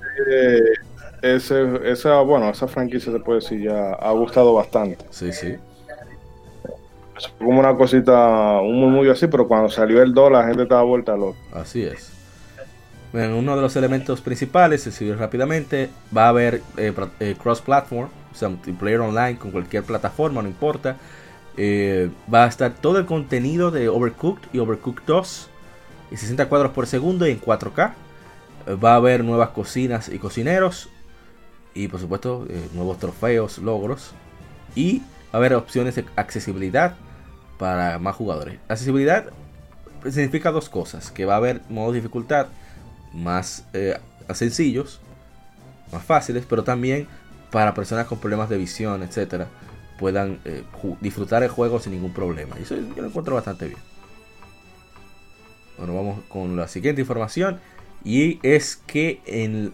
esa franquicia se puede decir ya ha gustado bastante. Sí. Es como una cosita, un murmullo así, pero cuando salió el 2 la gente estaba vuelta loca. Así es. Bueno, uno de los elementos principales, se sigue rápidamente, va a haber cross-platform, o sea, multiplayer online con cualquier plataforma, no importa. Va a estar todo el contenido de Overcooked y Overcooked 2 en 60 cuadros por segundo y en 4K. Va a haber nuevas cocinas y cocineros y por supuesto nuevos trofeos, logros, y va a haber opciones de accesibilidad para más jugadores. Accesibilidad significa 2 cosas: que va a haber modos de dificultad más sencillos, más fáciles, pero también para personas con problemas de visión, etcétera, puedan disfrutar el juego sin ningún problema. Y eso yo lo encuentro bastante bien. Bueno, vamos con la siguiente información, y es que en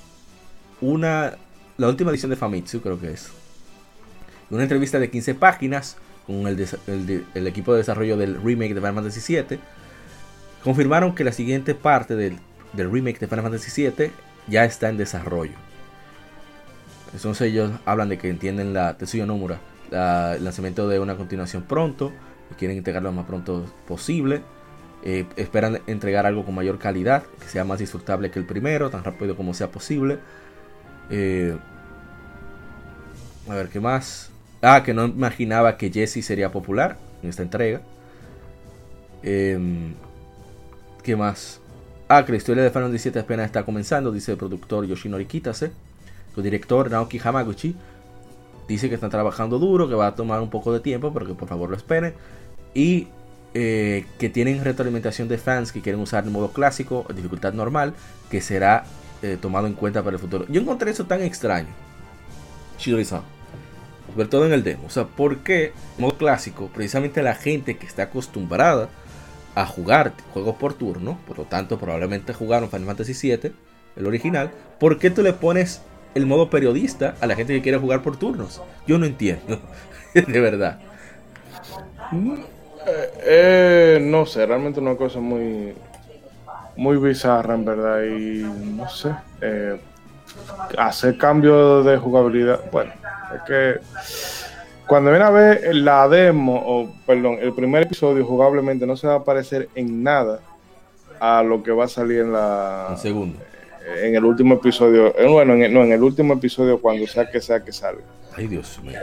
la última edición de Famitsu, creo que es, una entrevista de 15 páginas con el equipo de desarrollo del remake de Final Fantasy VII, confirmaron que la siguiente parte del remake de Final Fantasy VII ya está en desarrollo. Entonces ellos hablan de que entienden Tetsuya Nomura, el lanzamiento de una continuación pronto y quieren integrarlo lo más pronto posible. Esperan entregar algo con mayor calidad, que sea más disfrutable que el primero, tan rápido como sea posible. A ver, ¿qué más? Que no imaginaba que Jessie sería popular en esta entrega. ¿Qué más? Que la historia de Final Fantasy VII apenas está comenzando, dice el productor Yoshinori Kitase. El director Naoki Hamaguchi dice que están trabajando duro, que va a tomar un poco de tiempo, pero que por favor lo esperen. Y que tienen retroalimentación de fans que quieren usar el modo clásico, dificultad normal, que será tomado en cuenta para el futuro. Yo encontré eso tan extraño. Chidori-san, sobre todo en el demo. O sea, ¿por qué modo clásico? Precisamente la gente que está acostumbrada a jugar juegos por turno, por lo tanto probablemente jugaron Final Fantasy VII, el original, ¿por qué tú le pones el modo periodista a la gente que quiere jugar por turnos? Yo no entiendo, de verdad. No sé, realmente una cosa muy bizarra en verdad, y no sé, hacer cambio de jugabilidad, bueno, es que cuando viene a ver la demo, el primer episodio jugablemente no se va a parecer en nada a lo que va a salir en segundo. En el último episodio, en el último episodio, cuando sea que salga. Ay, Dios mío.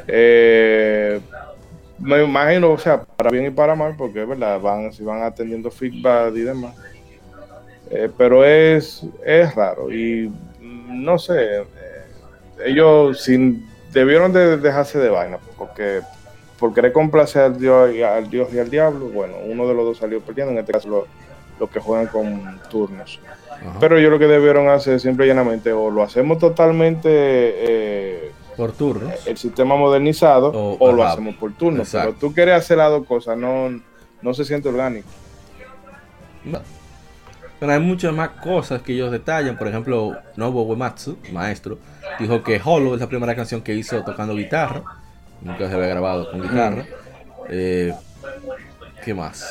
Me imagino, o sea, para bien y para mal, porque es verdad, si van atendiendo feedback y demás. Pero es raro y no sé, ellos debieron de dejarse de vaina, porque por querer complacer al Dios y al diablo, bueno, uno de los dos salió perdiendo, en este caso los que juegan con turnos. Ajá. Pero yo lo que debieron hacer simple y llanamente, o lo hacemos totalmente por turnos, el sistema modernizado, o lo hacemos por turnos. Exacto. Pero tú quieres hacer las dos cosas, no se siente orgánico. No. Pero hay muchas más cosas que ellos detallan. Por ejemplo, Nobuo Uematsu, maestro, dijo que Hollow es la primera canción que hizo tocando guitarra. Nunca se había grabado con guitarra. ¿Qué más?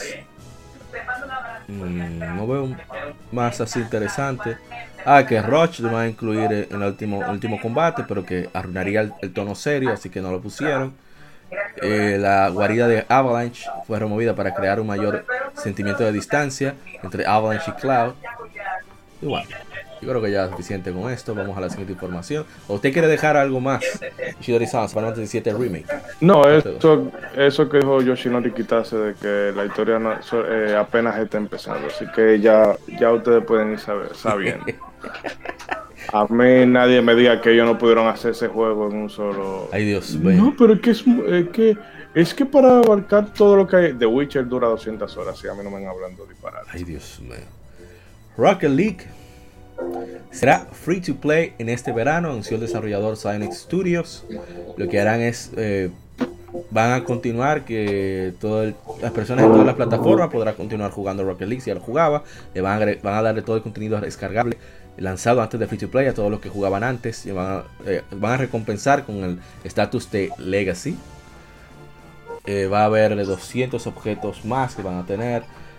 No veo más así interesante. Que Rush lo van a incluir en el último combate, pero que arruinaría el tono serio, así que no lo pusieron. La guarida de Avalanche fue removida para crear un mayor sentimiento de distancia entre Avalanche y Cloud. Y bueno, yo creo que ya es suficiente con esto. Vamos a la siguiente información. ¿O usted quiere dejar algo más, Chidori-san, Final Fantasy VII Remake? No, eso que dijo Yoshinori Kitase, de que la historia apenas está empezando, así que ya ustedes pueden ir sabiendo. A mí nadie me diga que ellos no pudieron hacer ese juego en un solo... Ay, Dios mío. No, pero es que para abarcar todo lo que hay... The Witcher dura 200 horas, y a mí no me van hablando disparar. Ay, Dios mío. Rocket League será free to play en este verano, anunció el desarrollador Psyonix Studios. Lo que harán es... van a continuar que las personas de todas las plataformas podrán continuar jugando Rocket League si ya lo jugaba. Le van a darle todo el contenido descargable lanzado antes de Free to Play a todos los que jugaban antes, y van a recompensar con el estatus de Legacy. Va a haber 200 objetos más que van a tener,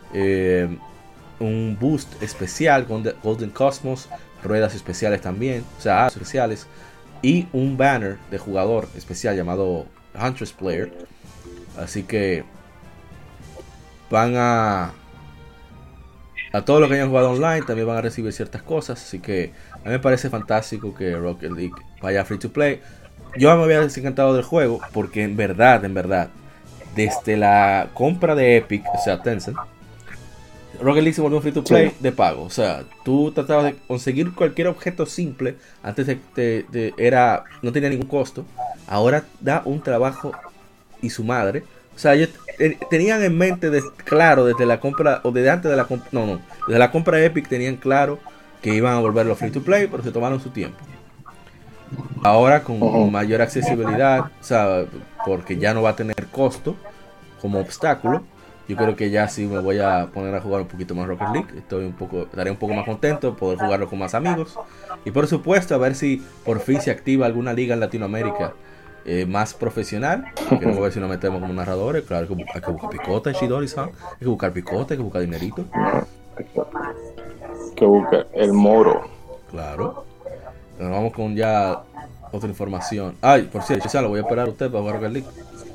un boost especial con Golden Cosmos, ruedas especiales también, o sea, especiales, y un banner de jugador especial llamado Huntress Player. Así que van a todos los que hayan jugado online también van a recibir ciertas cosas. Así que a mí me parece fantástico que Rocket League vaya free to play. Yo me había desencantado del juego porque en verdad, desde la compra de Epic, o sea, Tencent, Rocket League se volvió un free to play de pago. O sea, tú tratabas de conseguir cualquier objeto simple. Antes no tenía ningún costo. Ahora da un trabajo y su madre. O sea, ellos tenían en mente claro desde la compra, o desde antes de la compra, desde la compra de Epic tenían claro que iban a volverlo free to play, pero se tomaron su tiempo. Ahora con mayor accesibilidad, o sea, porque ya no va a tener costo como obstáculo, yo creo que ya sí me voy a poner a jugar un poquito más Rocket League. Estaré un poco más contento de poder jugarlo con más amigos. Y por supuesto, a ver si por fin se activa alguna liga en Latinoamérica más profesional. Queremos ver si nos metemos como narradores. Claro, hay que buscar picota en Chidori-san. Hay que buscar picota, hay que buscar dinerito. Que buscar el moro. Claro. Nos vamos con ya otra información. Ay, por cierto, lo voy a esperar a usted para jugar Rocket League.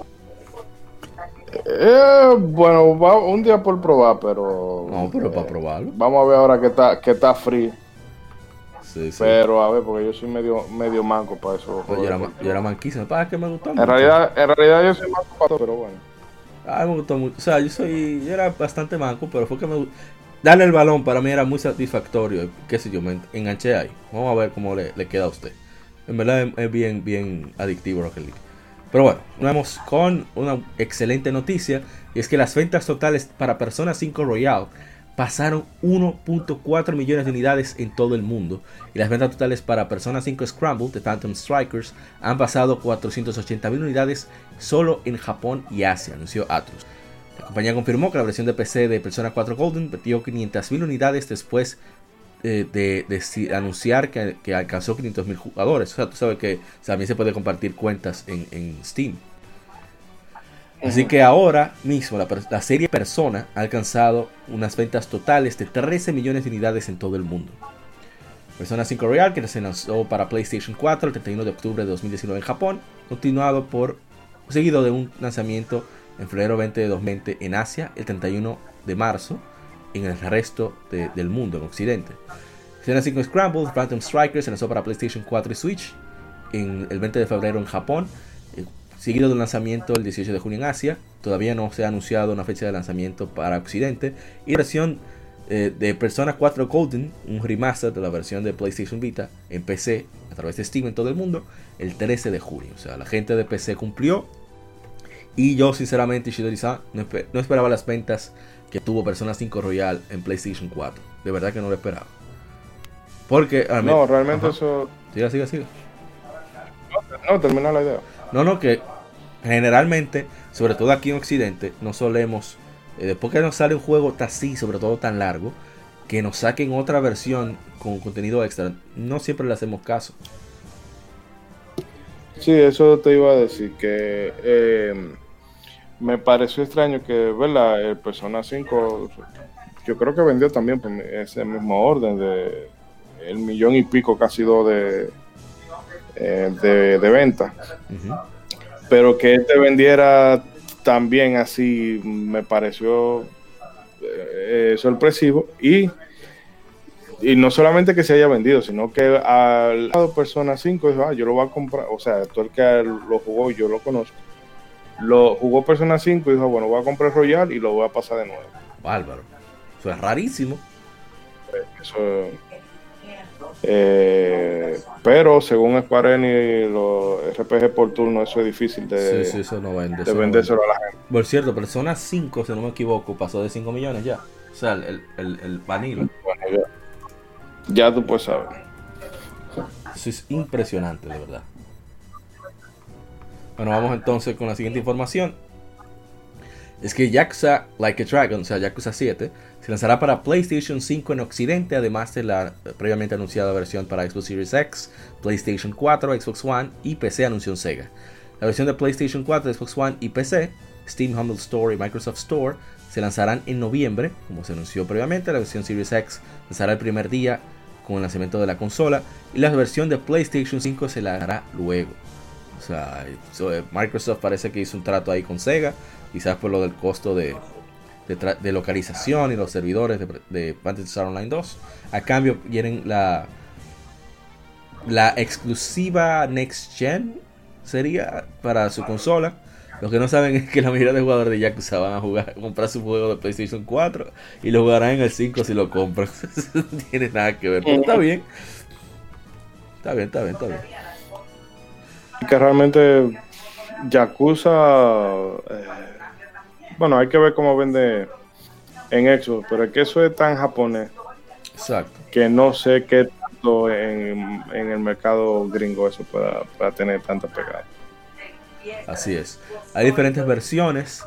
Bueno, un día por probar, pero... No, pero para probarlo. Vamos a ver ahora que está free. Sí. Pero a ver, porque yo soy medio manco para eso. Yo era manquísimo. ¿Para qué me gustó mucho? En realidad yo soy manco para todo, pero bueno. Me gustó mucho. O sea, yo era bastante manco, pero fue que darle el balón para mí era muy satisfactorio. Qué sé yo, me enganché ahí. Vamos a ver cómo le queda a usted. En verdad es bien adictivo Rocket League. Pero bueno, vamos con una excelente noticia, y es que las ventas totales para Persona 5 Royal pasaron 1.4 millones de unidades en todo el mundo. Y las ventas totales para Persona 5 Scramble de Phantom Strikers han pasado 480.000 unidades solo en Japón y Asia, anunció Atlus. La compañía confirmó que la versión de PC de Persona 4 Golden vendió 500.000 unidades después de anunciar que alcanzó 500.000 jugadores. O sea, tú sabes que también se puede compartir cuentas en Steam. Así que ahora mismo la serie Persona ha alcanzado unas ventas totales de 13 millones de unidades en todo el mundo. Persona 5 Royal, que se lanzó para PlayStation 4 el 31 de octubre de 2019 en Japón, seguido de un lanzamiento en febrero 20 de 2020 en Asia, el 31 de marzo en el resto del mundo, en Occidente. Persona 5 Scramble, Phantom Strikers se lanzó para PlayStation 4 y Switch el 20 de febrero en Japón, seguido de un lanzamiento el 18 de junio en Asia. Todavía no se ha anunciado una fecha de lanzamiento para Occidente. Y la versión de Persona 4 Golden, un remaster de la versión de PlayStation Vita en PC a través de Steam en todo el mundo, el 13 de junio. O sea, la gente de PC cumplió. Y yo sinceramente, Shidori-san, no esperaba las ventas que tuvo Persona 5 Royal en PlayStation 4. De verdad que no lo esperaba. Porque no, realmente eso... Siga. No, termina la idea. No, que generalmente, sobre todo aquí en Occidente, no solemos, después que nos sale un juego así, sobre todo tan largo, que nos saquen otra versión con contenido extra, no siempre le hacemos caso. Sí, eso te iba a decir, que me pareció extraño que, ¿verdad? El Persona 5, yo creo que vendió también por ese mismo orden, de el 1 millón y pico casi 2 de venta. Uh-huh. Pero que este vendiera también así me pareció sorpresivo, y no solamente que se haya vendido, sino que al lado Persona 5 dijo, yo lo voy a comprar. O sea, todo el que lo jugó, yo lo conozco, lo jugó Persona 5 y dijo, bueno, voy a comprar Royal y lo voy a pasar de nuevo. Bárbaro, eso es rarísimo. Eso pero según Square Enix, los RPG por turno, eso es difícil de, sí, eso no vende, de vendérselo a la gente. Por cierto, Persona 5, si no me equivoco, pasó de 5 millones ya. O sea, el vanilla. Bueno, ya tú puedes saber. Eso es impresionante, de verdad. Bueno, vamos entonces con la siguiente información. Es que Yakuza Like a Dragon, o sea, Yakuza 7, se lanzará para PlayStation 5 en Occidente, además de la previamente anunciada versión para Xbox Series X, PlayStation 4, Xbox One y PC, anunció Sega. La versión de PlayStation 4, Xbox One y PC, Steam Humble Store y Microsoft Store, se lanzarán en noviembre, como se anunció previamente. La versión Series X lanzará el primer día con el lanzamiento de la consola, y la versión de PlayStation 5 se la hará luego. O sea, Microsoft parece que hizo un trato ahí con Sega, quizás por lo del costo de localización y los servidores de Phantasy Star Online 2. A cambio quieren la exclusiva Next Gen, sería para su consola. Lo que no saben es que la mayoría de jugadores de Yakuza van a comprar su juego de PlayStation 4 y lo jugarán en el 5 si lo compran. No tiene nada que ver, pero está bien. Está bien. Que realmente Yakuza, bueno, hay que ver cómo vende en Xbox, pero es que eso es tan japonés. Exacto. Que no sé qué tanto en el mercado gringo eso pueda tener tanta pegada. Así es. Hay diferentes versiones.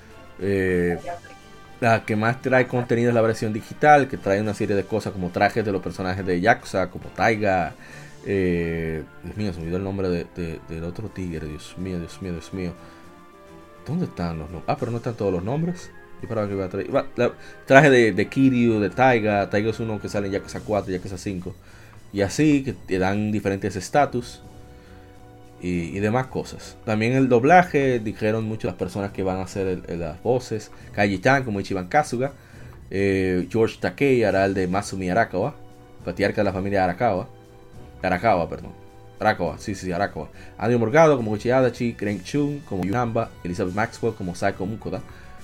La que más trae contenido es la versión digital, que trae una serie de cosas como trajes de los personajes de Yakuza, como Taiga. Dios mío, se me olvidó el nombre del otro tigre. Dios mío. ¿Dónde están los nombres? Pero no están todos los nombres. Traje de Kiryu, de Taiga. Taiga es uno que sale en Yakuza 4, Yakuza 5. Y así, que te dan diferentes estatus y demás cosas. También el doblaje, dijeron muchas las personas que van a hacer las voces. Kaji-chan como Ichiban Kasuga. George Takei hará el de Masumi Arakawa, patriarca de la familia Arakawa. Arakawa. Andy Morgado como Uchi Adachi, Kren Chun como Yunamba, Elizabeth Maxwell como Saiko Mukoda.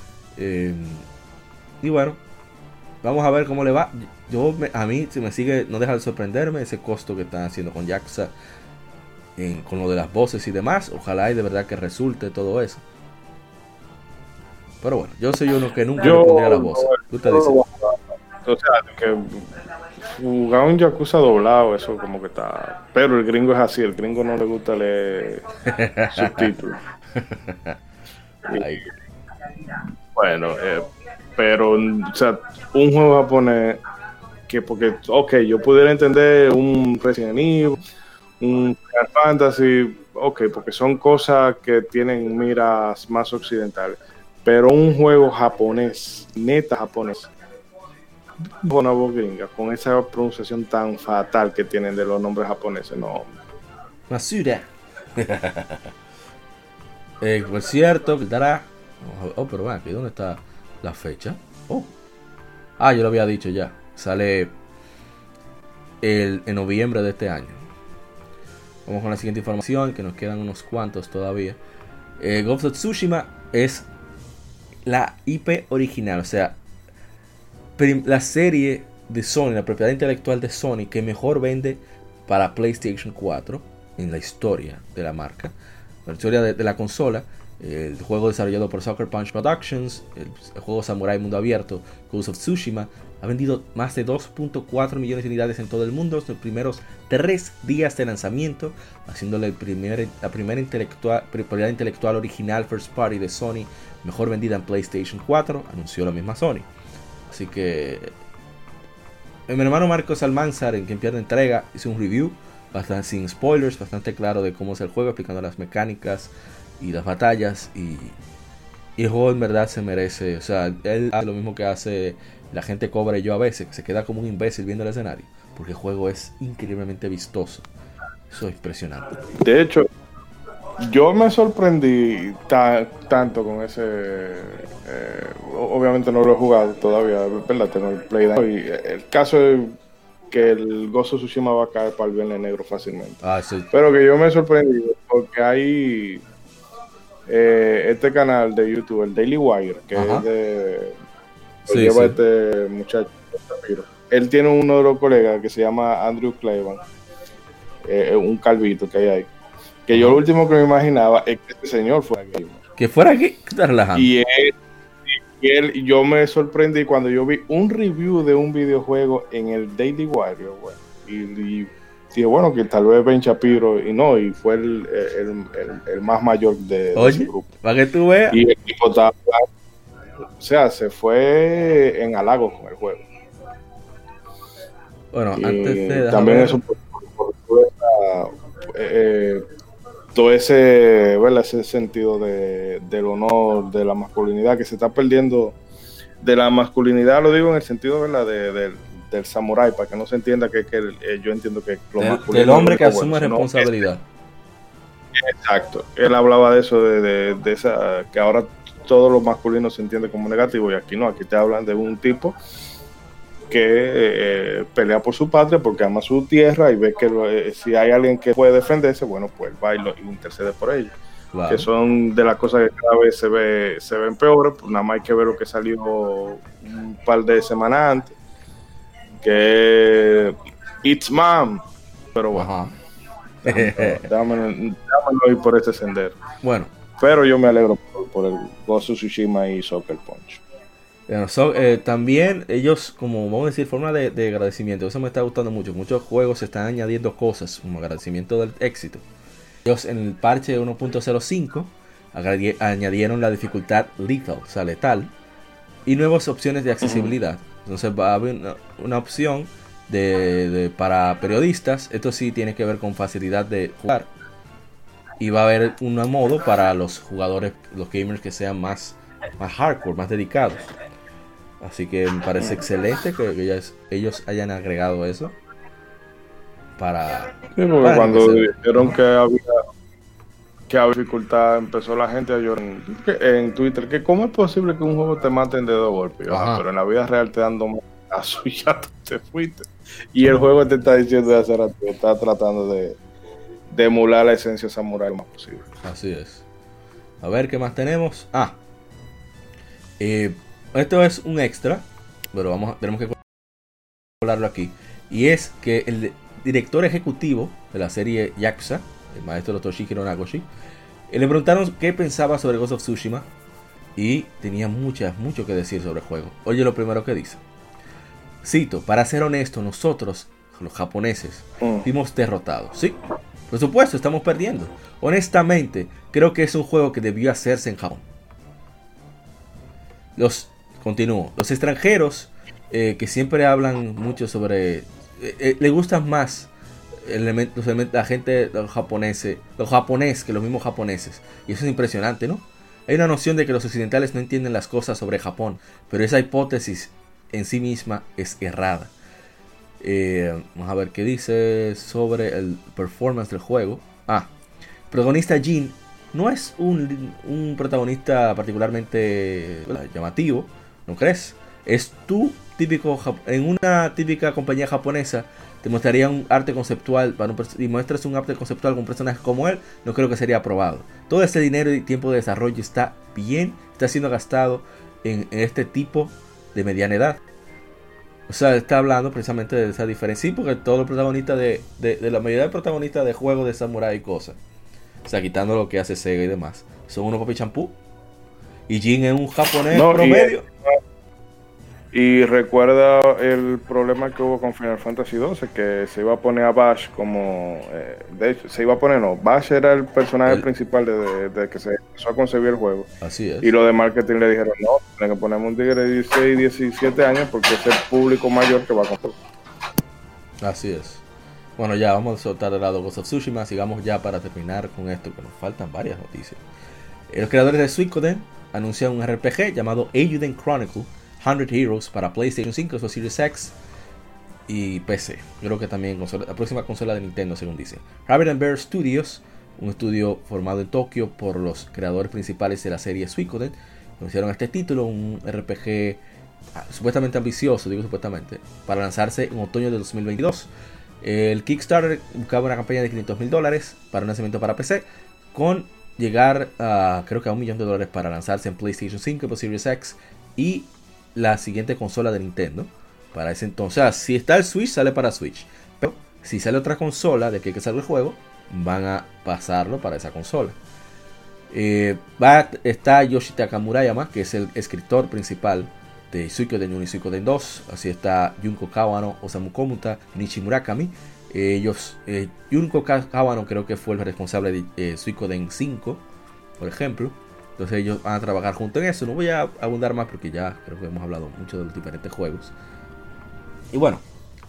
Y bueno, vamos a ver cómo le va. A mí se me sigue, no deja de sorprenderme ese costo que están haciendo con Yakuza, con lo de las voces y demás. Ojalá y de verdad que resulte todo eso. Pero bueno, yo soy uno que nunca le pondría las voces. ¿Tú te dices? O sea, que jugar un Yakuza doblado, eso como que está... Pero el gringo es así, el gringo no le gusta leer subtítulos. Bueno, pero, o sea, un juego japonés que porque, ok, yo pudiera entender un Resident Evil, un Final Fantasy, ok, porque son cosas que tienen miras más occidentales, pero un juego japonés, neta japonés, una voz gringa, con esa pronunciación tan fatal que tienen de los nombres japoneses, no. Masura. Por cierto, dará. Oh, pero bueno, ¿dónde está la fecha? Oh. Yo lo había dicho ya. Sale en noviembre de este año. Vamos con la siguiente información, que nos quedan unos cuantos todavía. Ghost of Tsushima es la IP original, o sea, la serie de Sony, la propiedad intelectual de Sony que mejor vende para PlayStation 4 en la historia de la marca, la historia de la consola. El juego desarrollado por Sucker Punch Productions, el juego Samurai Mundo Abierto, Ghost of Tsushima, ha vendido más de 2.4 millones de unidades en todo el mundo en los primeros 3 días de lanzamiento, haciéndole la primera propiedad intelectual original First Party de Sony mejor vendida en PlayStation 4, anunció la misma Sony. Así que mi hermano Marcos Almanzar, en quien pierde entrega, hizo un review bastante sin spoilers, bastante claro de cómo es el juego, explicando las mecánicas y las batallas, y el juego en verdad se merece. O sea, él hace lo mismo que hace la gente Cobra y yo a veces, que se queda como un imbécil viendo el escenario, porque el juego es increíblemente vistoso. Eso es impresionante. De hecho, yo me sorprendí tanto con ese... obviamente no lo he jugado todavía, ¿verdad? Tengo el Play. Y el caso es que el Ghost of Tsushima va a caer para el Viernes Negro fácilmente. Sí. Pero que yo me sorprendí porque hay este canal de YouTube, el Daily Wire, que es de... Sí, lleva sí. este muchacho. Él tiene uno de los colegas que se llama Andrew Cleveland, un calvito que hay ahí. Que yo lo último que me imaginaba es que este señor fuera gamer. Que fuera aquí, ¿estás relajando? Y yo me sorprendí cuando yo vi un review de un videojuego en el Daily Wire, bueno, y dije, bueno, que tal vez Ben Shapiro, y fue el más mayor de ese grupo. Para que tú veas. Y el tipo estaba, o sea, se fue en halagos con el juego. Bueno, y antes de también eso por todo ese, ¿verdad? Ese sentido del honor, de la masculinidad que se está perdiendo, de la masculinidad, lo digo en el sentido, ¿verdad? Del samurái, para que no se entienda que yo entiendo que lo masculino del hombre que es asume responsabilidad. Exacto, él hablaba de eso, de esa, que ahora todo lo masculino se entiende como negativo, y aquí no, aquí te hablan de un tipo que pelea por su patria porque ama su tierra y ve que si hay alguien que puede defenderse, bueno, pues va y intercede por ellos. Claro. Que son de las cosas que cada vez se ven peores, pues nada más hay que ver lo que salió un par de semanas antes, que It's Mom, pero bueno, déjame ir por ese sendero. Bueno, pero yo me alegro por el Ghost of Tsushima y Sucker Punch. Bueno, también ellos, como vamos a decir, forma de agradecimiento. Eso me está gustando mucho. Muchos juegos están añadiendo cosas como agradecimiento del éxito. Ellos en el parche 1.05 añadieron la dificultad lethal, o sea, letal, y nuevas opciones de accesibilidad. Entonces va a haber una opción para periodistas. Esto sí tiene que ver con facilidad de jugar. Y va a haber un modo para los jugadores, los gamers que sean más hardcore, más dedicados. Así que me parece excelente que ellos hayan agregado eso para... Sí, porque cuando dijeron que había dificultad, empezó la gente a llorar en Twitter, que cómo es posible que un juego te maten de 2 golpes, pero en la vida real te dan 2 mazazos y ya te fuiste. Y el juego te está diciendo de hacer rato, está tratando de emular la esencia samurai lo más posible. Así es. A ver qué más tenemos. Esto es un extra, pero tenemos que hablarlo aquí. Y es que el director ejecutivo de la serie Yakuza, el maestro Toshihiro Nagoshi, le preguntaron qué pensaba sobre Ghost of Tsushima y tenía mucho que decir sobre el juego. Oye, lo primero que dice: cito, para ser honesto, nosotros, los japoneses, fuimos derrotados. Sí, por supuesto, estamos perdiendo. Honestamente, creo que es un juego que debió hacerse en Japón. Continúo. Los extranjeros que siempre hablan mucho sobre... le gustan más la gente, los japoneses que los mismos japoneses. Y eso es impresionante, ¿no? Hay una noción de que los occidentales no entienden las cosas sobre Japón, pero esa hipótesis en sí misma es errada. Vamos a ver qué dice sobre el performance del juego. Protagonista Jin no es un protagonista particularmente llamativo, ¿no crees? Es tu típico, en una típica compañía japonesa te mostraría un arte conceptual y muestras un arte conceptual con un personaje como él, no creo que sería aprobado. Todo este dinero y tiempo de desarrollo está siendo gastado en este tipo de mediana edad. O sea, está hablando precisamente de esa diferencia. Sí, porque todos los protagonistas de la mayoría de protagonistas de juegos de samurai y cosas, o sea, quitando lo que hace Sega y demás, son unos papi champú. Y Jin es un japonés promedio. Y recuerda el problema que hubo con Final Fantasy XII, que se iba a poner a Bash como... de hecho, Bash era el personaje principal desde que se empezó a concebir el juego. Así es. Y los de marketing le dijeron, no, tienen que poner un tigre de 16, 17 años porque es el público mayor que va a comprar. Así es. Bueno, ya vamos a soltar de lado Ghost of Tsushima. Sigamos ya para terminar con esto, que nos faltan varias noticias. Los creadores de Suikoden anuncian un RPG llamado Eiyuden Chronicle 100 Heroes para PlayStation 5, Series X y PC. Creo que también la próxima consola de Nintendo, según dice. Rabbit and Bear Studios, un estudio formado en Tokio por los creadores principales de la serie Suikoden, anunciaron este título, un RPG supuestamente ambicioso, digo supuestamente, para lanzarse en otoño de 2022. El Kickstarter buscaba una campaña de $500,000 para un lanzamiento para PC, con llegar a creo que a $1 millón para lanzarse en PlayStation 5, Series X y la siguiente consola de Nintendo para ese entonces. O sea, si está el Switch, sale para Switch, pero si sale otra consola de que salga el juego, van a pasarlo para esa consola. Está Yoshitaka Murayama, que es el escritor principal de Suikoden 1 y Suikoden 2. Así está Junko Kawano, Osamu Komuta, Nishi Murakami. Junko Kawano creo que fue el responsable de Suikoden 5, por ejemplo. Entonces ellos van a trabajar junto en eso. No voy a abundar más porque ya creo que hemos hablado mucho de los diferentes juegos. Y bueno,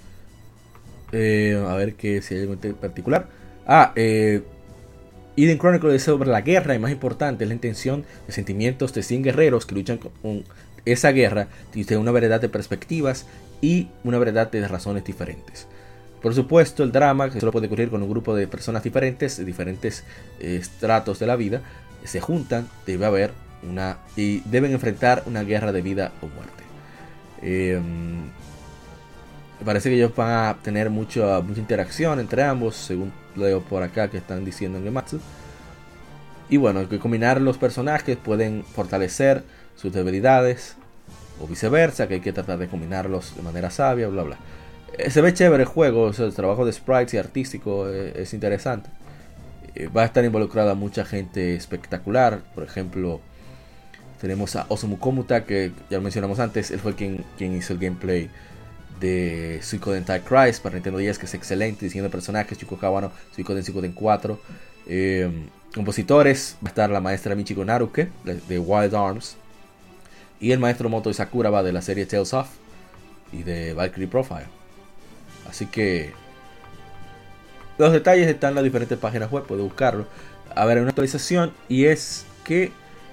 a ver si hay algo en particular. Eiyuden Chronicle es sobre la guerra, y más importante es la intención de sentimientos de 100 guerreros que luchan con esa guerra desde una variedad de perspectivas y una variedad de razones diferentes. Por supuesto, el drama, que solo puede ocurrir con un grupo de personas diferentes, de diferentes estratos de la vida, se juntan, y deben enfrentar una guerra de vida o muerte. Parece que ellos van a tener mucha interacción entre ambos, según leo por acá que están diciendo en Gematsu. Y bueno, que combinar los personajes pueden fortalecer sus debilidades o viceversa, que hay que tratar de combinarlos de manera sabia, bla bla. Se ve chévere el juego, o sea, el trabajo de sprites y artístico es interesante. Va a estar involucrada mucha gente espectacular. Por ejemplo, tenemos a Osamu Komuta, que ya lo mencionamos antes. Él fue quien hizo el gameplay de Suikoden Time Crisis para Nintendo 10, que es excelente, diseño de personajes. Junko Kawano, Suikoden 4. Compositores, va a estar la maestra Michiko Naruke de Wild Arms, y el maestro Moto Sakura va de la serie Tales of y de Valkyrie Profile. Así que los detalles están en las diferentes páginas web, puede buscarlo. A ver, hay una actualización, y es que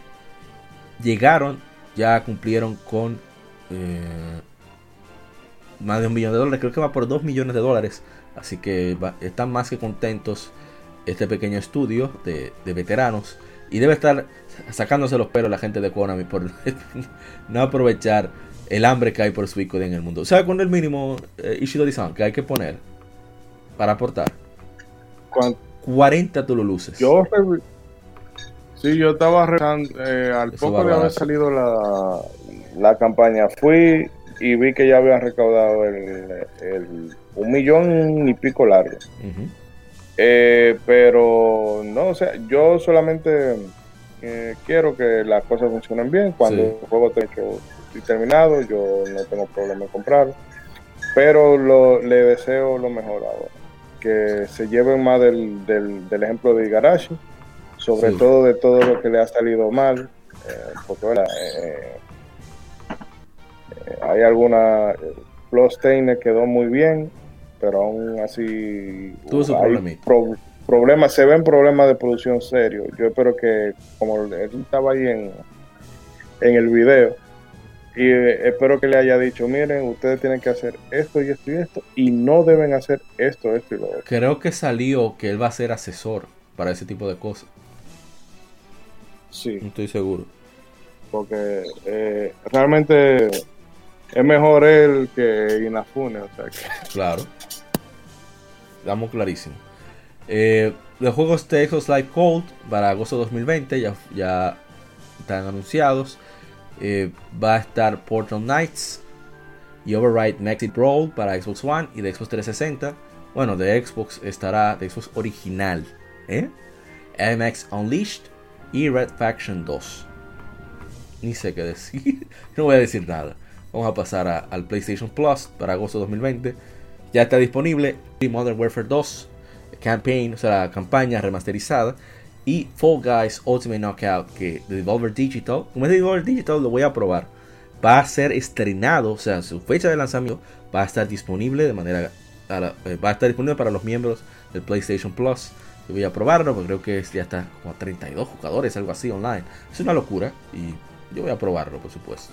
ya cumplieron con más de $1 millón, creo que va por $2 millones, así que están más que contentos este pequeño estudio de veteranos, y debe estar sacándose los pelos la gente de Konami por no aprovechar el hambre que hay por Suikoden en el mundo. O sea, con el mínimo Ishidori-san que hay que poner para aportar 40 tululuces. Yo estaba revisando al poco de haber salido la campaña, fui y vi que ya habían recaudado el $1 millón y pico largo. Uh-huh. Pero no, o sea, yo solamente quiero que las cosas funcionen bien. Cuando el juego esté terminado, yo no tengo problema en comprarlo. pero le deseo lo mejor ahora, que se lleven más del ejemplo de Igarashi, sobre todo de todo lo que le ha salido mal, porque bueno, hay alguna Bloodstained quedó muy bien, pero aún así hay problemas, se ven problemas de producción serios. Yo espero que, como él estaba ahí en el video, y espero que le haya dicho, miren, ustedes tienen que hacer esto y esto y esto, y no deben hacer esto, esto y lo otro. Creo que salió que él va a ser asesor para ese tipo de cosas. Sí. No estoy seguro. Porque realmente es mejor él que Inafune, o sea que... Claro. Estamos clarísimos. Los juegos de Xbox Live Gold para agosto 2020 ya están anunciados. Va a estar Portal Knights y Override Maxi Brawl para Xbox One y de Xbox 360. Bueno, de Xbox estará de Xbox original, MX Unleashed y Red Faction 2. Ni sé qué decir. No voy a decir nada. Vamos a pasar al PlayStation Plus para agosto 2020. Ya está disponible Modern Warfare 2 Campaign, o sea, la campaña remasterizada, y Fall Guys Ultimate Knockout, que de Devolver Digital. Como es de Devolver Digital, lo voy a probar. Va a ser estrenado, o sea, su fecha de lanzamiento va a estar disponible va a estar disponible para los miembros del PlayStation Plus. Yo voy a probarlo porque creo que ya está como a 32 jugadores, algo así online. Es una locura y yo voy a probarlo, por supuesto.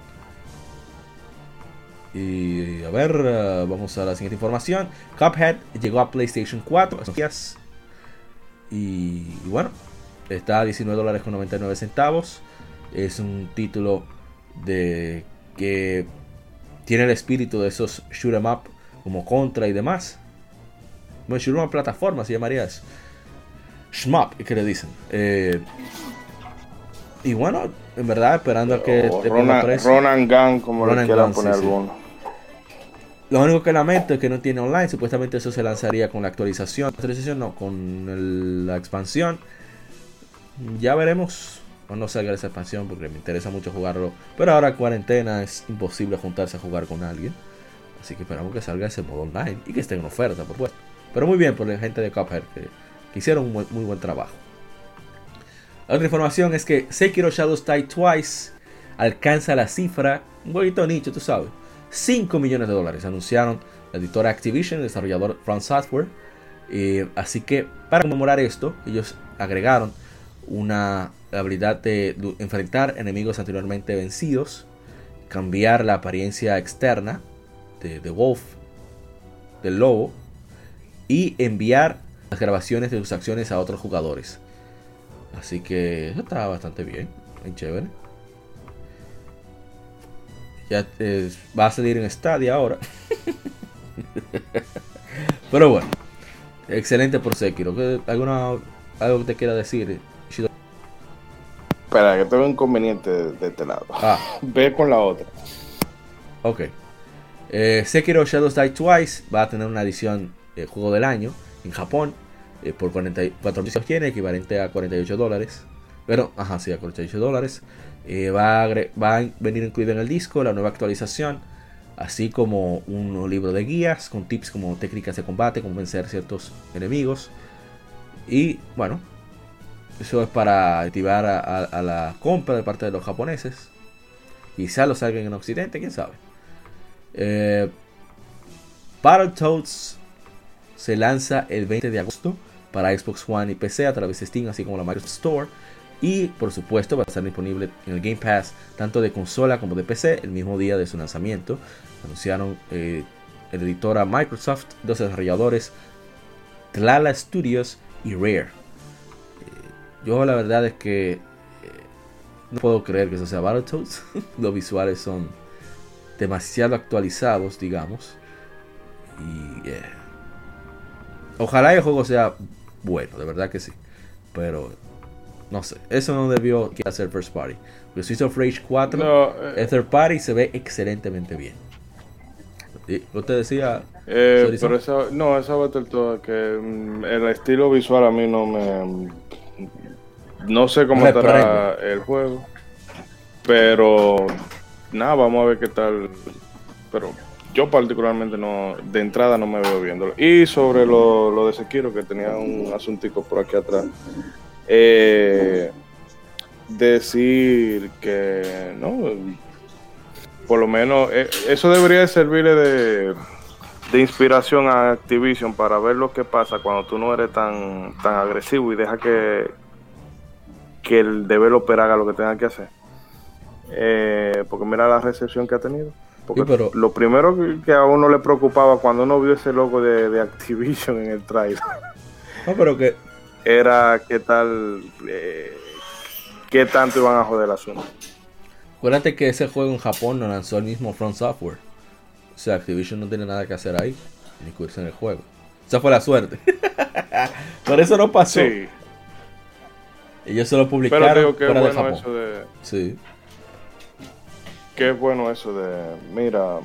Y a ver, vamos a la siguiente información. Cuphead llegó a PlayStation 4 estos días. Y bueno, está a $19.99. Es un título que tiene el espíritu de esos shoot 'em up como Contra y demás. Bueno, shoot 'em up plataforma se llamaría eso. Shmup, ¿qué le dicen? Y bueno, en verdad esperando a que Ronan Gun, como le quieran poner alguno. Lo único que lamento es que no tiene online. Supuestamente eso se lanzaría con la actualización. Con la expansión. Ya veremos cuando salga esa expansión, porque me interesa mucho jugarlo. Pero ahora en cuarentena es imposible juntarse a jugar con alguien. Así que esperamos que salga ese modo online y que esté en oferta, por supuesto. Pero muy bien por la gente de Cuphead, que hicieron un muy buen trabajo. Otra información es que Sekiro Shadows Die Twice alcanza la cifra, un poquito nicho, tú sabes, $5 millones. Anunciaron la editora Activision, el desarrollador From Software. Así que para conmemorar esto, ellos agregaron una habilidad de enfrentar enemigos anteriormente vencidos, cambiar la apariencia externa de Wolf, del lobo, y enviar las grabaciones de sus acciones a otros jugadores. Así que eso está bastante bien, muy chévere. Ya va a salir en Stadia ahora. Pero bueno, excelente por Sekiro. ¿Algo que te quiera decir, Shido? Espera, que tengo un inconveniente de este lado. Ve con la otra. Ok. Sekiro Shadows Die Twice va a tener una edición juego del año en Japón por 44 yenes, equivalente a $48. Pero, sí, a $48. Va a venir incluido en el disco la nueva actualización, así como un libro de guías con tips como técnicas de combate, cómo vencer ciertos enemigos. Y bueno, eso es para activar a la compra de parte de los japoneses. Quizá lo salgan en Occidente, quién sabe. Battletoads se lanza el 20 de agosto para Xbox One y PC a través de Steam, así como la Microsoft Store. Y por supuesto va a estar disponible en el Game Pass tanto de consola como de PC el mismo día de su lanzamiento. Anunciaron el editora Microsoft, los desarrolladores Tlala Studios y Rare. Yo la verdad es que no puedo creer que eso sea Battletoads. Los visuales son demasiado actualizados, digamos. Y ojalá el juego sea bueno, de verdad que sí. Pero no sé, eso no debió hacer First Party. Porque Streets of Rage 4, el Third Party se ve excelentemente bien. ¿Y usted decía? Pero esa Battletoads, que el estilo visual a mí no me... No sé cómo estará el juego. Pero nada, vamos a ver qué tal. Pero yo particularmente no, de entrada no me veo viéndolo. Y sobre lo de Sekiro, que tenía un asuntico por aquí atrás, decir que no, por lo menos eso debería servirle de inspiración a Activision para ver lo que pasa cuando tú no eres tan agresivo y deja que el developer haga lo que tenga que hacer. Porque mira la recepción que ha tenido. Porque sí, pero lo primero que a uno le preocupaba cuando uno vio ese logo de Activision en el trailer, no, pero que era qué tanto iban a joder el asunto. acuérdate que ese juego en Japón lo lanzó el mismo From Software. O sea, Activision no tiene nada que hacer ahí, ni curso en el juego. Esa fue la suerte. Por eso no pasó. Sí. Ellos se lo publicaron Pero digo que fuera bueno de Japón. eso de... Sí. Qué bueno eso de, mira,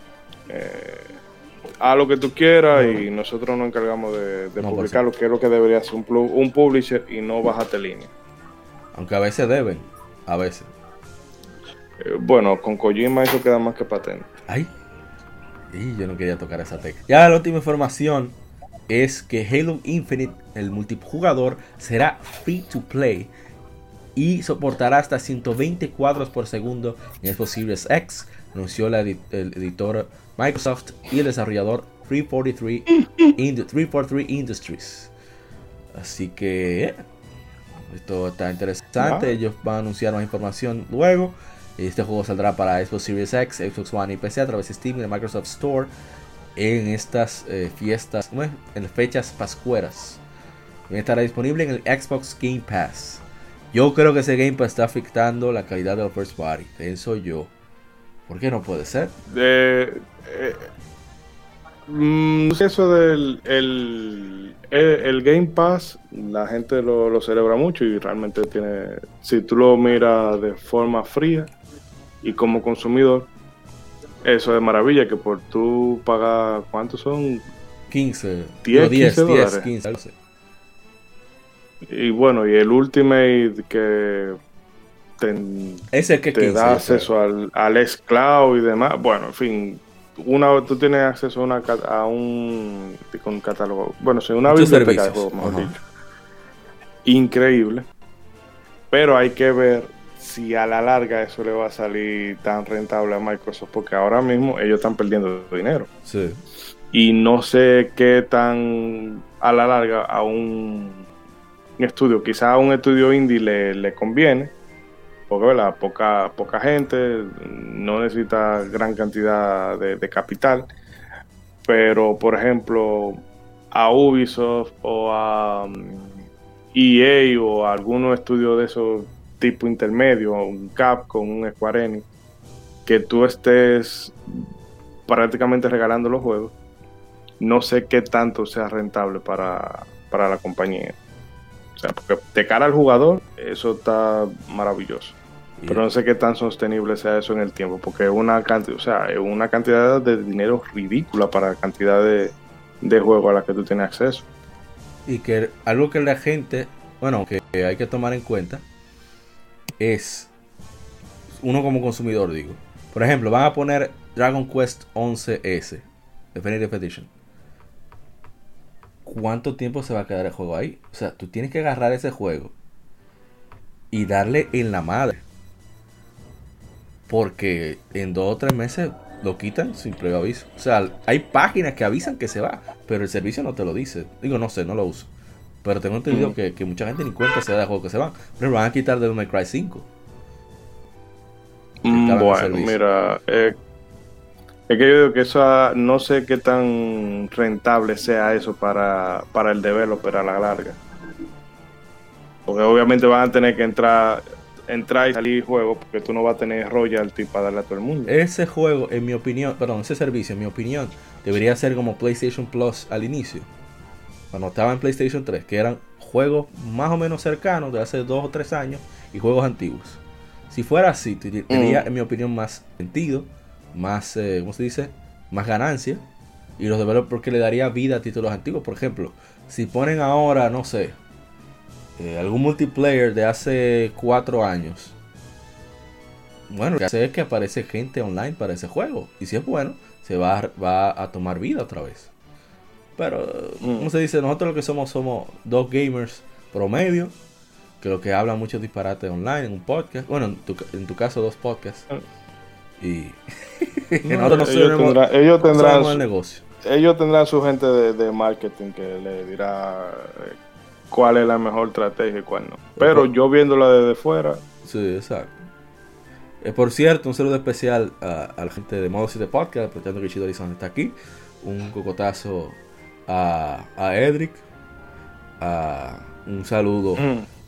haz lo que tú quieras y nosotros nos encargamos de publicarlo, que es lo que debería hacer un publisher y no bajarte línea. Aunque a veces deben, a veces. Bueno, con Kojima eso queda más que patente. Ay, y yo no quería tocar esa tecla. Ya la última información es que Halo Infinite, el multijugador, será free to play y soportará hasta 120 cuadros por segundo en Xbox Series X, anunció el editor Microsoft y el desarrollador 343 Industries. Así que esto está interesante. Ellos van a anunciar más información luego. Este juego saldrá para Xbox Series X, Xbox One y PC a través de Steam y de Microsoft Store en estas fiestas, en fechas pascueras. Estará disponible en el Xbox Game Pass. Yo creo que ese Game Pass está afectando la calidad del first party. Pienso yo. ¿Por qué no puede ser? Eso del el Game Pass, la gente lo celebra mucho y realmente tiene, si tú lo miras de forma fría y como consumidor, eso es maravilla, que por tú pagar, ¿cuántos son? 15, 10 $10, 15, no sé. Y bueno, y el Ultimate que te da acceso al xCloud y demás. Bueno, en fin, tú tienes acceso a un catálogo. Bueno, sí, una biblioteca de juegos, mejor dicho. Increíble. Pero hay que ver si a la larga eso le va a salir tan rentable a Microsoft, porque ahora mismo ellos están perdiendo dinero. Sí. Y no sé qué tan a la larga a un estudio, quizás a un estudio indie le conviene, porque ¿verdad? Poca gente, no necesita gran cantidad de capital, pero por ejemplo a Ubisoft o a EA o a algunos estudios de esos tipo intermedio, un Capcom, un Square Enix, que tú estés prácticamente regalando los juegos, no sé qué tanto sea rentable para la compañía. O sea, porque de cara al jugador, eso está maravilloso. Yeah. Pero no sé qué tan sostenible sea eso en el tiempo, porque es una cantidad de dinero ridícula para la cantidad de juegos a la que tú tienes acceso. Y que algo que la gente, bueno, que hay que tomar en cuenta es, uno como consumidor, digo, por ejemplo, van a poner Dragon Quest 11S Definitive Edition. ¿Cuánto tiempo se va a quedar el juego ahí? O sea, tú tienes que agarrar ese juego y darle en la madre, porque en 2 o 3 meses lo quitan sin previo aviso. O sea, hay páginas que avisan que se va, pero el servicio no te lo dice. Digo, no sé, no lo uso, pero tengo entendido que mucha gente ni cuenta se da de juego que se van. Pero van a quitar Devil May Cry 5. Bueno, mira, es que yo digo que eso, no sé qué tan rentable sea eso para el developer a la larga. Porque obviamente van a tener que entrar y salir juegos, porque tú no vas a tener royalty para darle a todo el mundo. Ese juego, en mi opinión, ese servicio, en mi opinión, debería ser como PlayStation Plus al inicio. Cuando estaba en PlayStation 3, que eran juegos más o menos cercanos de hace 2 o 3 años y juegos antiguos. Si fuera así, tendría, en mi opinión, más sentido, más, ¿cómo se dice? Más ganancia. Y los developers, porque le daría vida a títulos antiguos. Por ejemplo, si ponen ahora, no sé, algún multiplayer de hace 4 años. Bueno, lo que hace es que aparece gente online para ese juego. Y si es bueno, se va a tomar vida otra vez. Pero, como se dice, nosotros lo que somos dos gamers promedio, que lo que hablan muchos disparates online en un podcast. Bueno, en tu caso 2 podcasts. Y nosotros ellos tendrán el negocio. Ellos tendrán su gente de marketing que le dirá cuál es la mejor estrategia y cuál no. Pero yo viéndola desde fuera. Sí, exacto. Por cierto, un saludo especial a la gente de Modo 7 Podcast, aprovechando que Chidori-san está aquí. Un cocotazo a Edric. Un saludo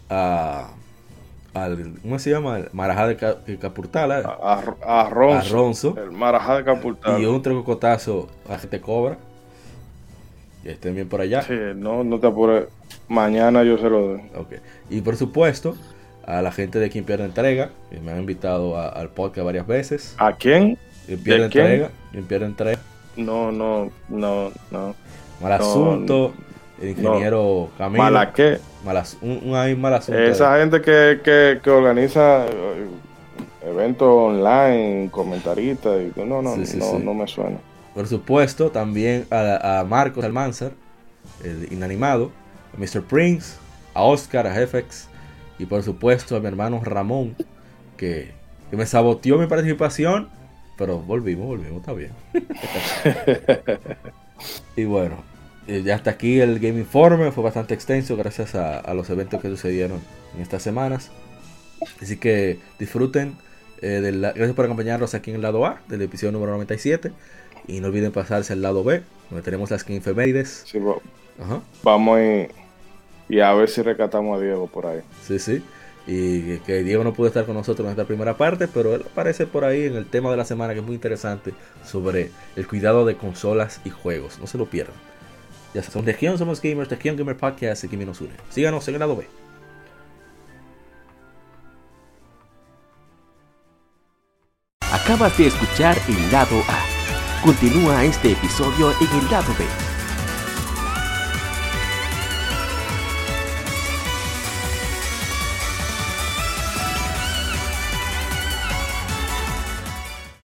al ¿cómo se llama? El Marajá de Capurtala. A Ronzo. El Marajá de Capurtala. Y otro cocotazo a gente Cobra. Que estén bien por allá. Sí, no te apures. Mañana yo se lo doy. Okay. Y por supuesto, a la gente de Quien Pierde Entrega, que me han invitado al podcast varias veces. ¿A quién? Quien Pierde Entrega. Quien Pierde Entrega. No. Mal asunto. El ingeniero Camilo. ¿Mala qué? Un mal asunto. Esa gente que organiza eventos online, comentaristas. No me suena. Por supuesto, también a Marcos Almanzar, el inanimado, a Mr. Prince, a Oscar, a Jefex, y por supuesto a mi hermano Ramón, que me saboteó mi participación, pero volvimos, está bien. Y bueno, ya hasta aquí el Game Informe, fue bastante extenso gracias a los eventos que sucedieron en estas semanas. Así que disfruten, gracias por acompañarnos aquí en el lado A del episodio número 97. Y no olviden pasarse al lado B, donde tenemos las Infemérides. Sí, vamos y a ver si rescatamos a Diego por ahí. Sí. Y que Diego no pudo estar con nosotros en esta primera parte, pero él aparece por ahí en el tema de la semana, que es muy interesante, sobre el cuidado de consolas y juegos. No se lo pierdan. Ya son Legión Somos Gamers, Legión Gamer Podcast y Kimi nos une. Síganos en el lado B. Acabas de escuchar el lado A. Continúa este episodio en el lado B.